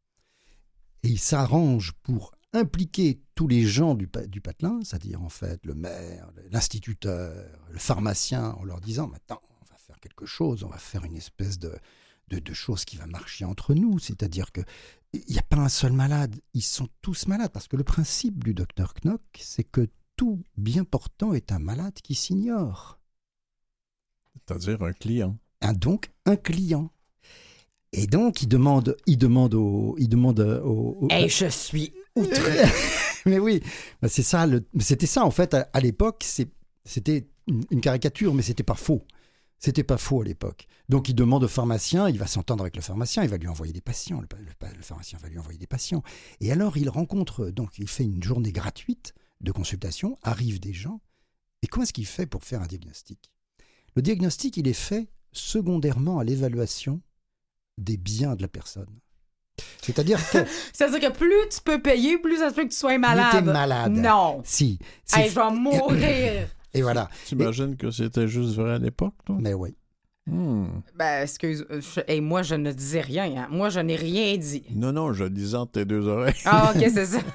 Et il s'arrange pour impliquer tous les gens du, pa- du patelin, c'est-à-dire en fait le maire, l'instituteur, le pharmacien, en leur disant maintenant on va faire quelque chose, on va faire une espèce de de, de choses qui va marcher entre nous, c'est-à-dire que il n'y a pas un seul malade, ils sont tous malades, parce que le principe du docteur Knock, c'est que tout bien portant est un malade qui s'ignore. C'est-à-dire un client. Un, donc un client. Et donc il demande, il demande au, il demande au, au- Hey, je suis outré. Mais oui, bah, c'est ça. Le, c'était ça en fait à, à l'époque. C'est, c'était une, une caricature, mais c'était pas faux. C'était pas faux à l'époque. Donc il demande au pharmacien, il va s'entendre avec le pharmacien, il va lui envoyer des patients. Le, le- le pharmacien va lui envoyer des patients. Et alors il rencontre, donc il fait une journée gratuite de consultation. Arrivent des gens. Et comment est-ce qu'il fait pour faire un diagnostic? Le diagnostic, il est fait secondairement à l'évaluation des biens de la personne. C'est-à-dire que C'est-à-dire que plus tu peux payer, plus ça se peut que tu sois plus malade. t'es malade. Non. Si. c'est- Hey, je vais mourir. Et voilà. T'imagines que c'était juste vrai à l'époque, toi? Mais oui. Hmm. Ben, excuse. je- hey, moi, je ne disais rien. Hein. Moi, je n'ai rien dit. Non, non, je le disais entre tes deux oreilles. Ah, OK, c'est ça.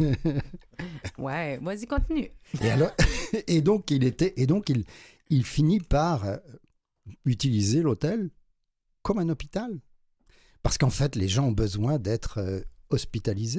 Ouais, vas-y, continue. Et, alors, et donc, il, était, et donc il, il finit par euh, utiliser l'hôtel comme un hôpital. Parce qu'en fait, les gens ont besoin d'être euh, hospitalisés.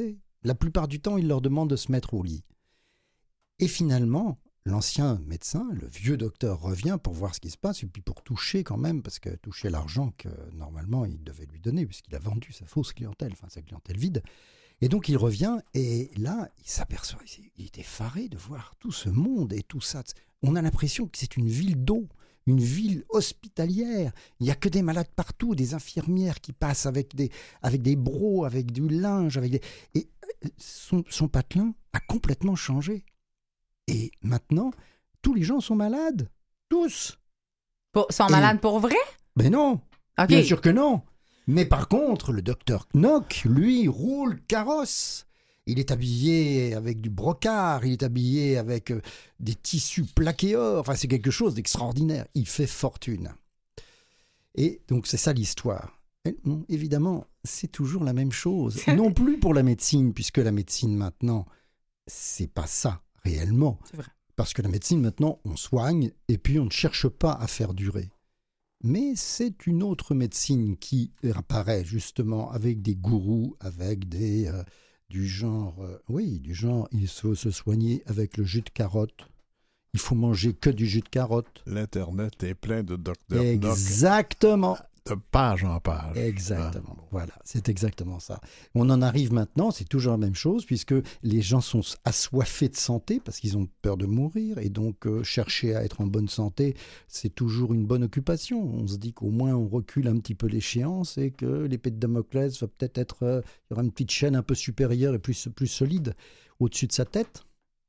La plupart du temps, il leur demande de se mettre au lit. Et finalement, l'ancien médecin, le vieux docteur, revient pour voir ce qui se passe et puis pour toucher quand même, parce que toucher l'argent que normalement il devait lui donner, puisqu'il a vendu sa fausse clientèle, enfin sa clientèle vide. Et donc il revient et là, il s'aperçoit, il est effaré de voir tout ce monde et tout ça. On a l'impression que c'est une ville d'eau, une ville hospitalière. Il n'y a que des malades partout, des infirmières qui passent avec des, avec des brocs, avec du linge. Avec des... Et son, son patelin a complètement changé. Et maintenant, tous les gens sont malades. Tous. Pour, sont Et... malades pour vrai? Mais non. Okay. Bien sûr que non. Mais par contre, le docteur Knock, lui, roule carrosse. Il est habillé avec du brocart, il est habillé avec euh, des tissus plaqués or. Enfin, c'est quelque chose d'extraordinaire. Il fait fortune. Et donc, c'est ça l'histoire. Et, non, évidemment, c'est toujours la même chose. Non plus pour la médecine, puisque la médecine, maintenant, c'est pas ça, réellement. C'est vrai. Parce que la médecine, maintenant, on soigne et puis on ne cherche pas à faire durer. Mais c'est une autre médecine qui apparaît, justement, avec des gourous, avec des... Euh, du genre, euh, oui, du genre, il faut se soigner avec le jus de carotte. Il faut manger que du jus de carotte. L'Internet est plein de docteurs Exactement. De page en page. Exactement. Ah. Voilà, c'est exactement ça. On en arrive maintenant, c'est toujours la même chose, puisque les gens sont assoiffés de santé parce qu'ils ont peur de mourir. Et donc, euh, chercher à être en bonne santé, c'est toujours une bonne occupation. On se dit qu'au moins, on recule un petit peu l'échéance et que l'épée de Damoclès va peut-être être... Euh, il y aura une petite chaîne un peu supérieure et plus, plus solide au-dessus de sa tête.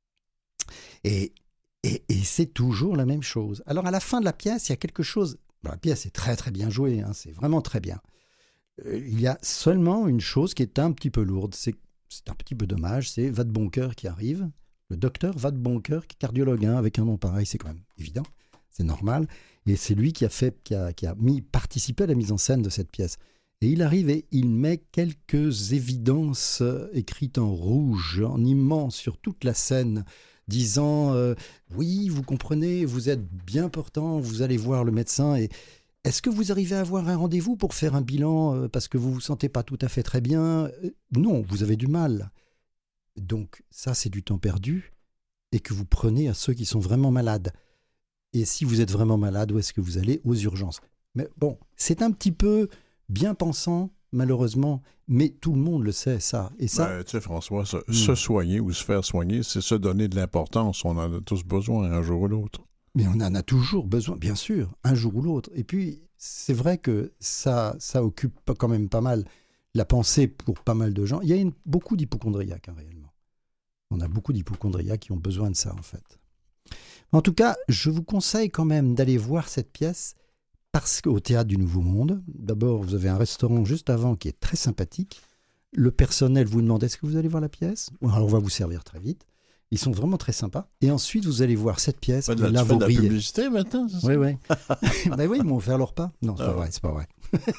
Et, et, et c'est toujours la même chose. Alors, à la fin de la pièce, il y a quelque chose... La pièce est très très bien jouée, hein, c'est vraiment très bien. Euh, il y a seulement une chose qui est un petit peu lourde, c'est, c'est un petit peu dommage, c'est Vadeboncoeur qui arrive, le docteur Vadeboncoeur, qui est cardiologue, hein, avec un nom pareil, c'est quand même évident, c'est normal, et c'est lui qui a, fait, qui a, qui a mis, participé à la mise en scène de cette pièce. Et il arrive et il met quelques évidences euh, écrites en rouge, en immense, sur toute la scène, disant euh, « Oui, vous comprenez, vous êtes bien portant, vous allez voir le médecin. Et est-ce que vous arrivez à avoir un rendez-vous pour faire un bilan euh, parce que vous ne vous sentez pas tout à fait très bien ?» Non, vous avez du mal. Donc ça, c'est du temps perdu et que vous prenez à ceux qui sont vraiment malades. Et si vous êtes vraiment malade, où est-ce que vous allez? Aux urgences. Mais bon, c'est un petit peu bien pensant, malheureusement, mais tout le monde le sait, ça. Et ça... Ben, tu sais, François, se, mmh. se soigner ou se faire soigner, c'est se donner de l'importance. On en a tous besoin, un jour ou l'autre. Mais on en a toujours besoin, bien sûr, un jour ou l'autre. Et puis, c'est vrai que ça, ça occupe quand même pas mal la pensée pour pas mal de gens. Il y a une, beaucoup d'hypocondriaques, hein, réellement. On a beaucoup d'hypocondriaques qui ont besoin de ça, en fait. En tout cas, je vous conseille quand même d'aller voir cette pièce parce qu'au Théâtre du Nouveau Monde, d'abord, vous avez un restaurant juste avant qui est très sympathique. Le personnel vous demande « Est-ce que vous allez voir la pièce ?» Alors, on va vous servir très vite. Ils sont vraiment très sympas. Et ensuite, vous allez voir cette pièce. Ben, là, là, tu vous fais de la riez. publicité maintenant, c'est ça? Oui, oui. Ben oui, ils m'ont offert leur repas. Non, c'est ah, pas vrai, c'est pas vrai.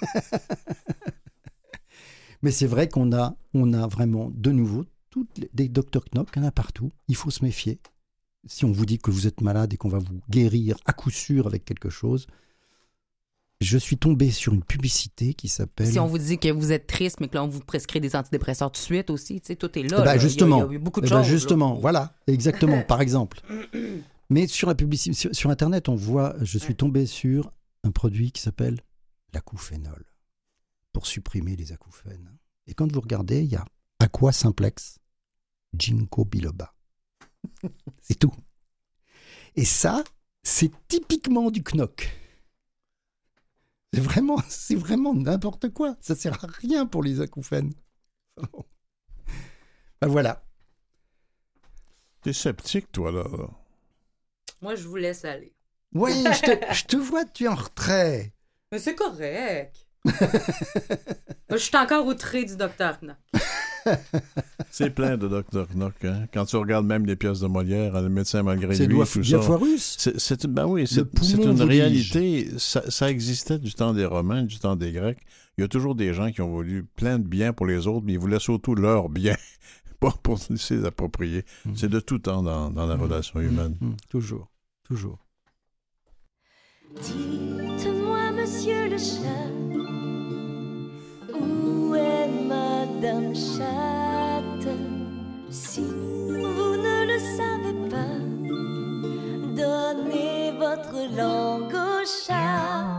Mais c'est vrai qu'on a, on a vraiment, de nouveau, toutes les, des docteurs Knock, il y en a partout. Il faut se méfier. Si on vous dit que vous êtes malade et qu'on va vous guérir à coup sûr avec quelque chose... Je suis tombé sur une publicité qui s'appelle... Si on vous dit que vous êtes triste, mais que là, on vous prescrit des antidépresseurs tout de suite aussi, tu sais, tout est là. Eh ben, là. Justement. Il y a, il y a beaucoup de eh choses. Ben justement, là. Voilà, exactement, par exemple. Mais sur la publicité, sur, sur Internet, on voit, je suis tombé sur un produit qui s'appelle l'acouphènol, pour supprimer les acouphènes. Et quand vous regardez, il y a Aqua Simplex, Ginkgo biloba. C'est tout. Et ça, c'est typiquement du Knock. C'est vraiment, c'est vraiment n'importe quoi. Ça sert à rien pour les acouphènes. Ben voilà. T'es sceptique, toi, là. Moi, je vous laisse aller. Oui, je te, je te vois, tu es en retrait. Mais c'est correct. Je suis encore outré du docteur Knock. C'est plein de docteur Knock. Hein? Quand tu regardes même les pièces de Molière, le médecin malgré c'est lui, tout ça. C'est, c'est, ben oui, c'est, c'est une réalité. Ça, ça existait du temps des Romains, du temps des Grecs. Il y a toujours des gens qui ont voulu plein de bien pour les autres, mais ils voulaient surtout leur bien, pas pour se les approprier. Mmh. C'est de tout temps dans, dans la mmh. relation humaine. Mmh. Toujours, toujours. Dites-moi, monsieur le chat, où est Madame Chatte? Si vous ne le savez pas, donnez votre langue au chat.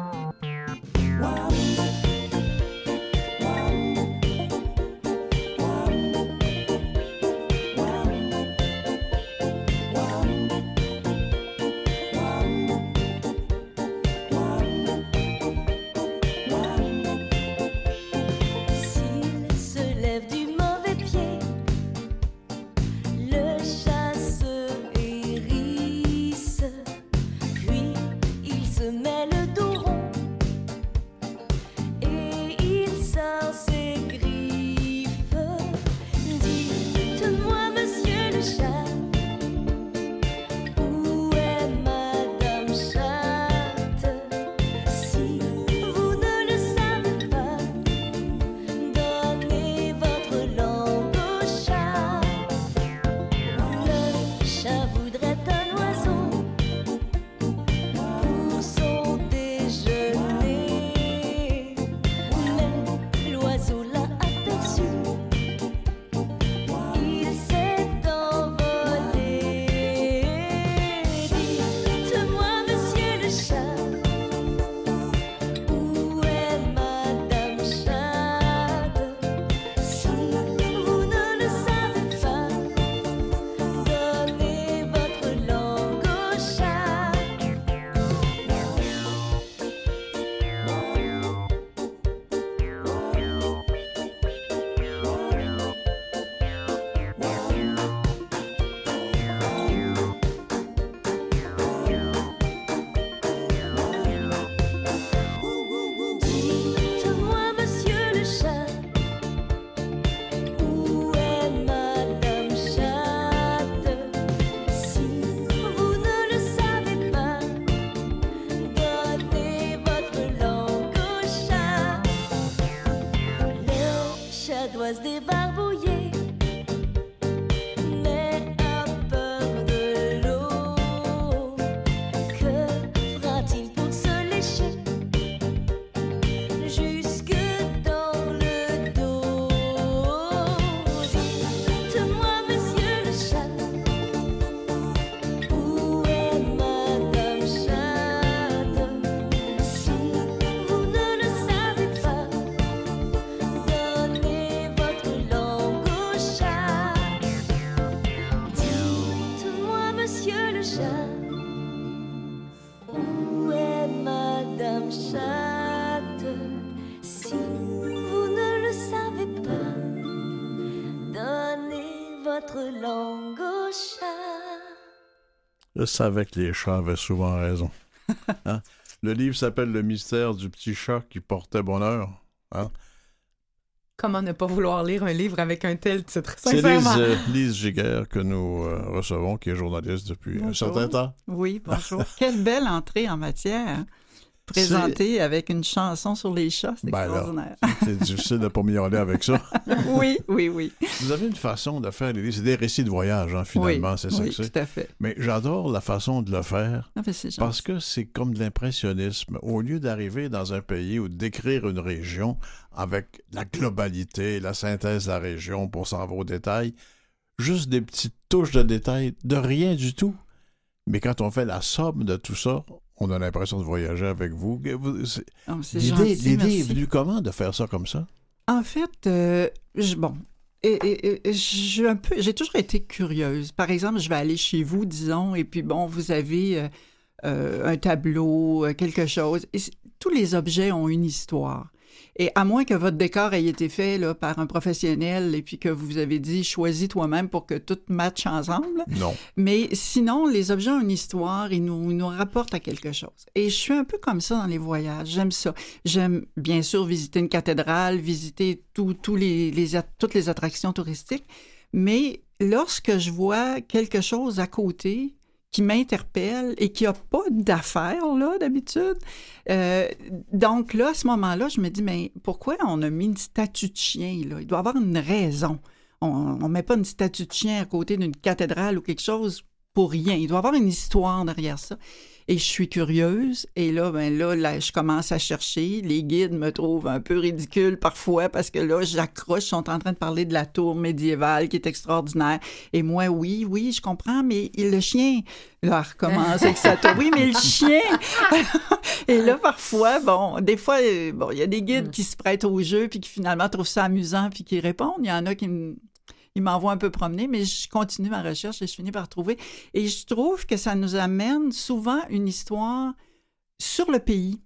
doit se débarbouiller, mais a peur de l'eau. Que fera-t-il pour se lécher jusque dans le dos? Dites-moi, monsieur le chat, où est Madame Chatte? Si vous ne le savez pas, donnez votre langue au chat. Dites-moi, monsieur le chat, où est Madame Chatte? Si vous ne le savez pas, donnez votre langue au chat. Je savais que les chats avaient souvent raison. Hein? Le livre s'appelle « Le mystère du petit chat qui portait bonheur ». Hein? Comment ne pas vouloir lire un livre avec un tel titre, C'est sincèrement? Lise, euh, Lise Giguère que nous euh, recevons, qui est journaliste depuis un Bonjour. certain temps. Oui, bonjour. Quelle belle entrée en matière, hein? Présentée avec une chanson sur les chats, c'est Ben là, extraordinaire. c'est difficile de ne pas miauler avec ça. Oui, oui, oui. Vous avez une façon de faire les livres. C'est des récits de voyage, hein, finalement, Oui, c'est ça oui, que c'est. tout à fait. Mais j'adore la façon de le faire Ah, ben, c'est gentil. parce que c'est comme de l'impressionnisme. Au lieu d'arriver dans un pays ou d'écrire une région avec la globalité, la synthèse de la région pour s'en va au détail, juste des petites touches de détail, de rien du tout. Mais quand on fait la somme de tout ça, on a l'impression de voyager avec vous. Vous- c'est- Oh, c'est L'idée, gentil, l'idée est merci. venue comment de faire ça comme ça? En fait, euh, je- bon, et, et- et j'ai un peu, j'ai toujours été curieuse. Par exemple, je vais aller chez vous, disons, et puis bon, vous avez euh, euh, un tableau, euh, quelque chose. Et c- tous les objets ont une histoire. Et à moins que votre décor ait été fait là, par un professionnel et puis que vous avez dit choisis toi-même pour que tout matche ensemble. Non. Mais sinon, les objets ont une histoire, ils nous, ils nous rapportent à quelque chose. Et je suis un peu comme ça dans les voyages, j'aime ça. J'aime bien sûr visiter une cathédrale, visiter tout- tous les, les at- toutes les attractions touristiques, mais lorsque je vois quelque chose à côté qui m'interpelle et qui n'a pas d'affaires, là, d'habitude. Euh, donc là, à ce moment-là, je me dis, mais pourquoi on a mis une statue de chien, là? Il doit y avoir une raison. On ne met pas une statue de chien à côté d'une cathédrale ou quelque chose pour rien. Il doit y avoir une histoire derrière ça. Et je suis curieuse. Et là, ben là, là, je commence à chercher. Les guides me trouvent un peu ridicule parfois parce que là, j'accroche. Ils sont en train de parler de la tour médiévale qui est extraordinaire. Et moi, oui, oui, je comprends, mais le chien, là, elle recommence avec sa tour. Oui, mais le chien! Et là, parfois, bon, des fois, bon, il y a des guides qui se prêtent au jeu puis qui finalement trouvent ça amusant puis qui répondent. Il y en a qui me... Il m'envoie un peu promener, mais je continue ma recherche et je finis par trouver. Et je trouve que ça nous amène souvent une histoire sur le pays,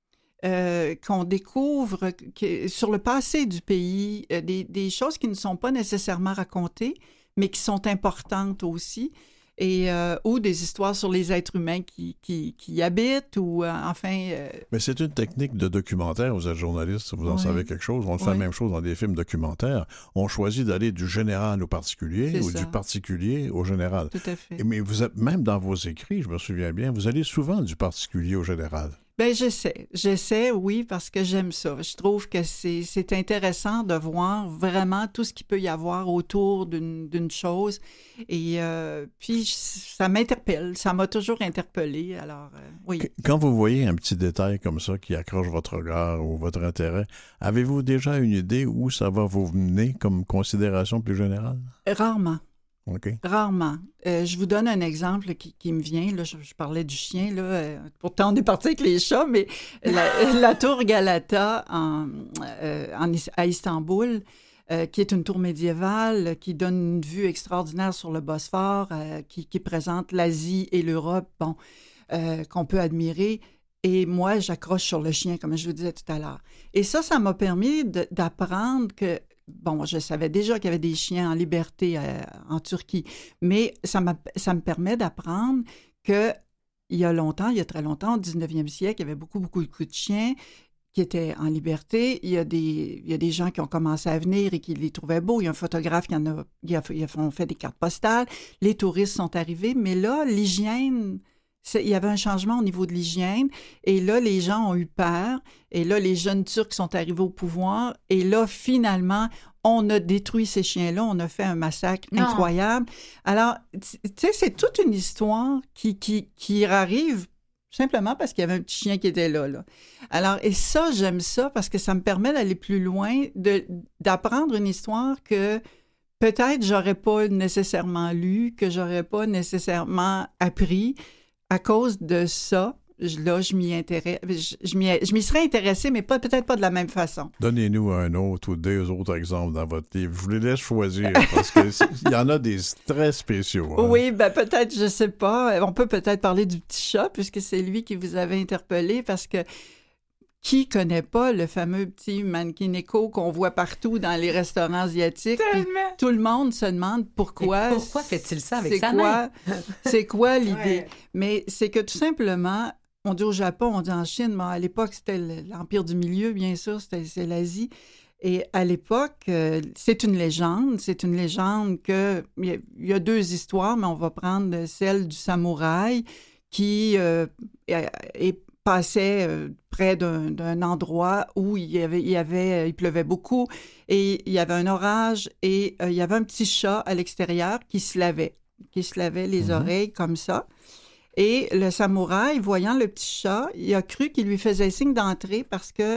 euh, qu'on découvre que, sur le passé du pays, euh, des, des choses qui ne sont pas nécessairement racontées, mais qui sont importantes aussi. Et, euh, ou des histoires sur les êtres humains qui, qui, qui y habitent, ou euh, enfin... Euh... Mais c'est une technique de documentaire. Vous êtes journaliste, vous en Oui. savez quelque chose. On Oui. fait la même chose dans des films documentaires. On choisit d'aller du général au particulier C'est ou ça. du particulier au général. Tout à fait. Et, mais vous êtes, même dans vos écrits, je me souviens bien, vous allez souvent du particulier au général. Bien, j'essaie. J'essaie, oui, parce que j'aime ça. Je trouve que c'est, c'est intéressant de voir vraiment tout ce qu'il peut y avoir autour d'une, d'une chose. Et euh, puis, ça m'interpelle. Ça m'a toujours interpellée. Alors, euh, oui. Quand vous voyez un petit détail comme ça qui accroche votre regard ou votre intérêt, avez-vous déjà une idée où ça va vous mener comme considération plus générale? Rarement. OK. Rarement. Euh, je vous donne un exemple qui, qui me vient. Là, je, je parlais du chien. Là, euh, pourtant, on est parti avec les chats, mais la, la tour Galata en, euh, en, à Istanbul, euh, qui est une tour médiévale, qui donne une vue extraordinaire sur le Bosphore, euh, qui, qui présente l'Asie et l'Europe, bon, euh, qu'on peut admirer. Et moi, j'accroche sur le chien, comme je vous disais tout à l'heure. Et ça, ça m'a permis de, d'apprendre que bon, je savais déjà qu'il y avait des chiens en liberté euh, en Turquie, mais ça, m'a, ça me permet d'apprendre qu'il y a longtemps, il y a très longtemps, au dix-neuvième siècle, il y avait beaucoup, beaucoup de coups de chiens qui étaient en liberté. Il y a des, il y a des gens qui ont commencé à venir et qui les trouvaient beaux. Il y a un photographe qui en a, qui a, qui a fait des cartes postales. Les touristes sont arrivés, mais là, l'hygiène... C'est, il y avait un changement au niveau de l'hygiène, et là, les gens ont eu peur, et là, les jeunes Turcs sont arrivés au pouvoir, et là, finalement, on a détruit ces chiens-là, on a fait un massacre Non. incroyable. Alors, tu sais, c'est toute une histoire qui, qui, qui arrive simplement parce qu'il y avait un petit chien qui était là, là. Alors, et ça, j'aime ça, parce que ça me permet d'aller plus loin, de, d'apprendre une histoire que peut-être j'aurais pas nécessairement lue, que j'aurais pas nécessairement appris. À cause de ça, je, là, je m'y intéresse, je, je, m'y, je m'y serais intéressée, mais pas, peut-être pas de la même façon. Donnez-nous un autre ou deux autres exemples dans votre livre. Je vous les laisse choisir parce qu'il y en a des très spéciaux. Hein? Oui, ben peut-être, je sais pas. On peut peut-être parler du petit chat, puisque c'est lui qui vous avait interpellé, parce que qui connaît pas le fameux petit mannequin écho qu'on voit partout dans les restaurants asiatiques? Tout le monde se demande pourquoi. Et pourquoi fait-il ça avec c'est sa quoi, main? C'est quoi l'idée? Ouais. Mais c'est que tout simplement, on dit au Japon, on dit en Chine, mais à l'époque, c'était l'Empire du Milieu, bien sûr, c'était, c'est l'Asie. Et à l'époque, euh, c'est une légende. C'est une légende que... Il y, y a deux histoires, mais on va prendre celle du samouraï qui euh, est, est passait euh, près d'un, d'un endroit où il y avait, il y avait, il pleuvait beaucoup et il y avait un orage et euh, il y avait un petit chat à l'extérieur qui se lavait, qui se lavait les mm-hmm. oreilles comme ça. Et le samouraï, voyant le petit chat, il a cru qu'il lui faisait signe d'entrer parce qu'il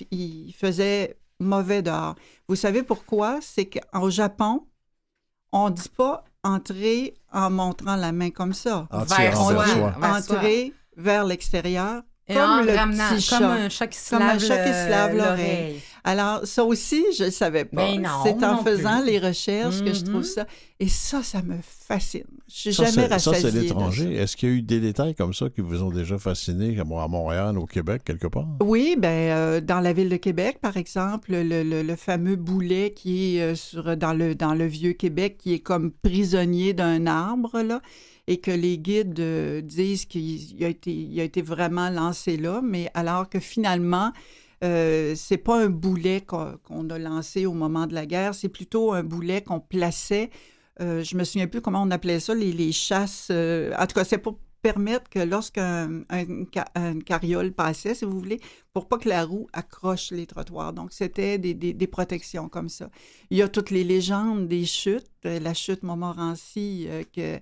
il faisait mauvais dehors. Vous savez pourquoi? C'est qu'au Japon, on ne dit pas entrer en montrant la main comme ça. Vers on soi. dit Vers entrer vers l'extérieur. Et comme en le ramenant, petit comme chat. un chat qui se Comme lave, un chat qui se lave le- l'oreille. l'oreille. Alors, ça aussi, je ne savais pas. Ben non, c'est en non faisant plus. les recherches que je trouve Mhm. ça. Et ça, ça me fascine. Je suis Ça, jamais c'est, ça, rassasiée c'est de l'étranger. ça. Est-ce qu'il y a eu des détails comme ça qui vous ont déjà fasciné, comme à Montréal, au Québec, quelque part? Oui, ben euh, dans la ville de Québec, par exemple, le, le, le fameux boulet qui est euh, sur, dans, le, dans le vieux Québec, qui est comme prisonnier d'un arbre, là, et que les guides euh, disent qu'il a été, il a été vraiment lancé là, mais alors que finalement, euh, c'est pas un boulet qu'on, qu'on a lancé au moment de la guerre, c'est plutôt un boulet qu'on plaçait, euh, je me souviens plus comment on appelait ça, les, les chasses, euh, en tout cas, c'est pour permettre que lorsqu'un un, une carriole passait, si vous voulez, pour pas que la roue accroche les trottoirs. Donc, c'était des, des, des protections comme ça. Il y a toutes les légendes des chutes, la chute Montmorency, euh, que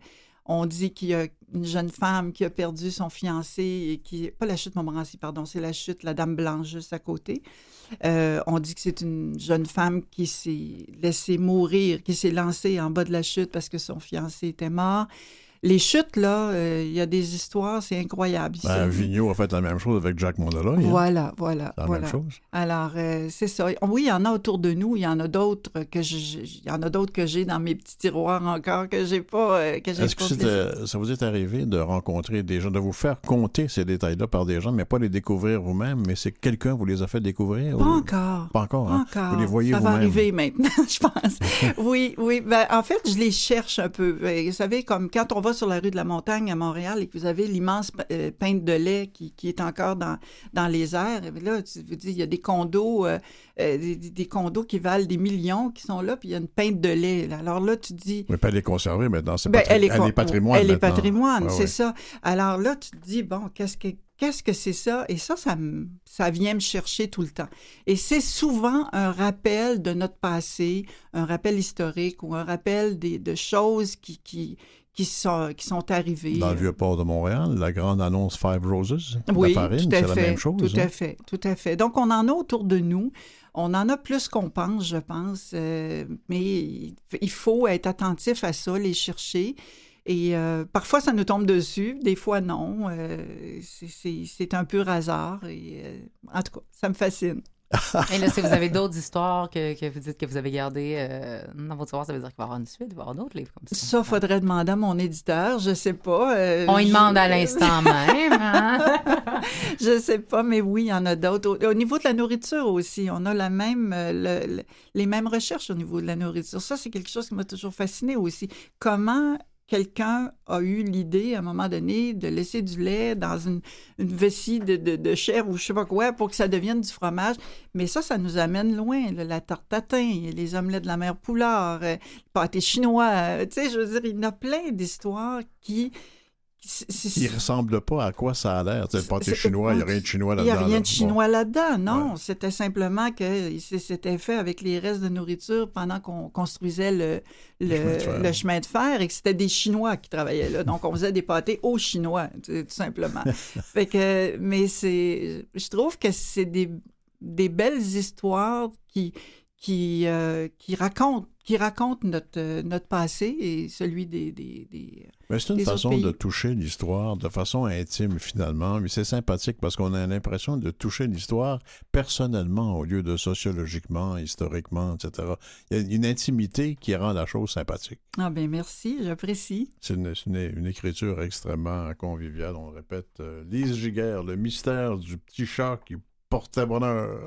On dit qu'il y a une jeune femme qui a perdu son fiancé et qui... Pas la chute Montmorency, pardon, c'est la chute La Dame Blanche, juste à côté. Euh, on dit que c'est une jeune femme qui s'est laissée mourir, qui s'est lancée en bas de la chute parce que son fiancé était mort. Les chutes, là, il euh, y a des histoires, c'est incroyable. Ben, Vigneault a fait la même chose avec Jack Mondaloy. Hein? Voilà, voilà. C'est la voilà. même chose. Alors, euh, c'est ça. Oui, il y en a autour de nous. Il y en a d'autres que je, il y en a d'autres que j'ai dans mes petits tiroirs encore que j'ai pas. Euh, que j'ai Est-ce pas que c'était, ça vous est arrivé de rencontrer des gens, de vous faire compter ces détails-là par des gens, mais pas les découvrir vous-même, mais c'est quelqu'un vous les a fait découvrir? Pas ou... encore. Pas encore. Pas Hein? encore. Vous les voyez ça vous-même. Ça va arriver maintenant, je pense. oui, oui. Ben, en fait, je les cherche un peu. Vous savez, comme quand on va sur la rue de la Montagne à Montréal et que vous avez l'immense euh, pinte de lait qui, qui est encore dans, dans les airs, et là, tu vous dis, il y a des condos, euh, euh, des, des condos qui valent des millions qui sont là, puis il y a une pinte de lait. Là. Alors là, tu dis... Mais pas les conserver maintenant, c'est ben, patri... elle, est, elle est patrimoine Elle maintenant. est patrimoine, ouais, c'est ouais. ça. Alors là, tu te dis, bon, qu'est-ce que... Qu'est-ce que c'est ça? Et ça, ça, me, ça vient me chercher tout le temps. Et c'est souvent un rappel de notre passé, un rappel historique ou un rappel des, de choses qui, qui, qui, sont, qui sont arrivées. Dans le Vieux-Port de Montréal, la grande annonce Five Roses, oui, la farine, tout à c'est fait, la même chose. Tout hein? à fait, tout à fait. Donc, on en a autour de nous. On en a plus qu'on pense, je pense. Euh, mais il faut être attentif à ça, les chercher. Et euh, parfois, ça nous tombe dessus, des fois, non. Euh, c'est, c'est, c'est un pur hasard. Et, euh, en tout cas, ça me fascine. Et là, si vous avez d'autres histoires que, que vous dites que vous avez gardées euh, dans votre tiroir, ça veut dire qu'il va y avoir une suite, il va y avoir d'autres livres comme ça. Ça, il faudrait demander à mon éditeur, je sais pas. Euh, On y je... demande à l'instant même. Hein? Je sais pas, mais oui, il y en a d'autres. Au, au niveau de la nourriture aussi, on a la même, le, le, les mêmes recherches au niveau de la nourriture. Ça, c'est quelque chose qui m'a toujours fasciné aussi. Comment... Quelqu'un a eu l'idée, à un moment donné, de laisser du lait dans une, une vessie de, de, de chèvre ou je sais pas quoi pour que ça devienne du fromage. Mais ça, ça nous amène loin. Là, la tarte tatin, les omelettes de la mère Poulard, euh, le pâté chinois. Euh, tu sais, je veux dire, il y en a plein d'histoires qui... C'est, c'est... Qui ne ressemble pas à quoi ça a l'air. C'est le pâté c'est, chinois, il n'y a rien de chinois là-dedans. Il n'y a rien là. de chinois bon. là-dedans, non. Ouais. C'était simplement que c'était fait avec les restes de nourriture pendant qu'on construisait le, le, le, chemin, de le chemin de fer et que c'était des Chinois qui travaillaient là. Donc, on faisait des pâtés aux Chinois, tout simplement. Fait que, mais c'est... Je trouve que c'est des, des belles histoires qui... qui, euh, qui racontent qui raconte notre, notre passé et celui des, des, des Mais c'est une des façon de toucher l'histoire de façon intime, finalement. Mais c'est sympathique parce qu'on a l'impression de toucher l'histoire personnellement au lieu de sociologiquement, historiquement, et cetera. Il y a une intimité qui rend la chose sympathique. Ah bien, merci, j'apprécie. C'est une, une, une écriture extrêmement conviviale. On répète, euh, Lise Giguère, le mystère du petit chat qui portait bonheur.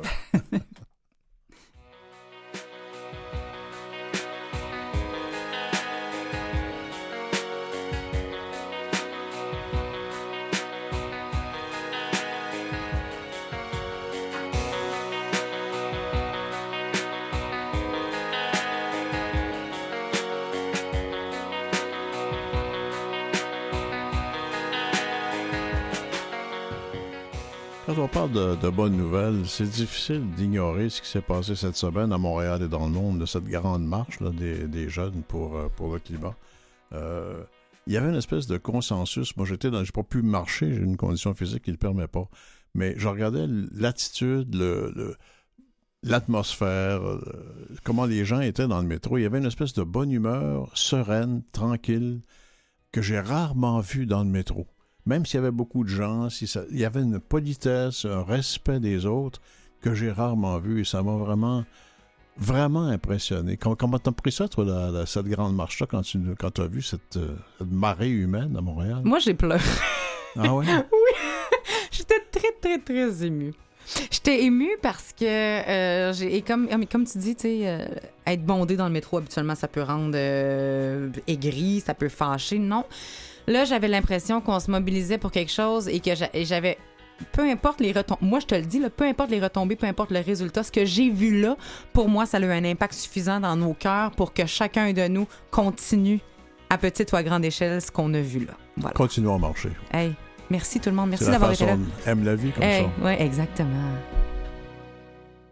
Quand on parle de, de bonnes nouvelles, c'est difficile d'ignorer ce qui s'est passé cette semaine à Montréal et dans le monde, de cette grande marche là, des, des jeunes pour, pour le climat. Euh, il y avait une espèce de consensus. Moi, j'étais dans, j'ai pas pu marcher, j'ai une condition physique qui ne le permet pas. Mais je regardais l'attitude, le, le, l'atmosphère, euh, comment les gens étaient dans le métro. Il y avait une espèce de bonne humeur, sereine, tranquille, que j'ai rarement vue dans le métro. Même s'il y avait beaucoup de gens, si ça, il y avait une politesse, un respect des autres que j'ai rarement vu et ça m'a vraiment, vraiment impressionné. Comment t'as pris ça, toi, la, la, cette grande marche-là, quand tu quand tu as vu cette, euh, cette marée humaine à Montréal? Moi, j'ai pleuré. Ah ouais? Oui. J'étais très, très, très émue. J'étais émue parce que, euh, j'ai, et comme, comme tu dis, tu sais, euh, être bondé dans le métro, habituellement, ça peut rendre euh, aigri, ça peut fâcher. Non. Là, j'avais l'impression qu'on se mobilisait pour quelque chose et que j'avais, peu importe les retombées, moi je te le dis, là, peu importe les retombées, peu importe le résultat, ce que j'ai vu là, pour moi, ça a eu un impact suffisant dans nos cœurs pour que chacun de nous continue à petite ou à grande échelle ce qu'on a vu là. Voilà. Continuons à marcher. Hey, merci tout le monde, merci C'est d'avoir la été là. façon, aime la vie comme hey, ça. Oui, exactement.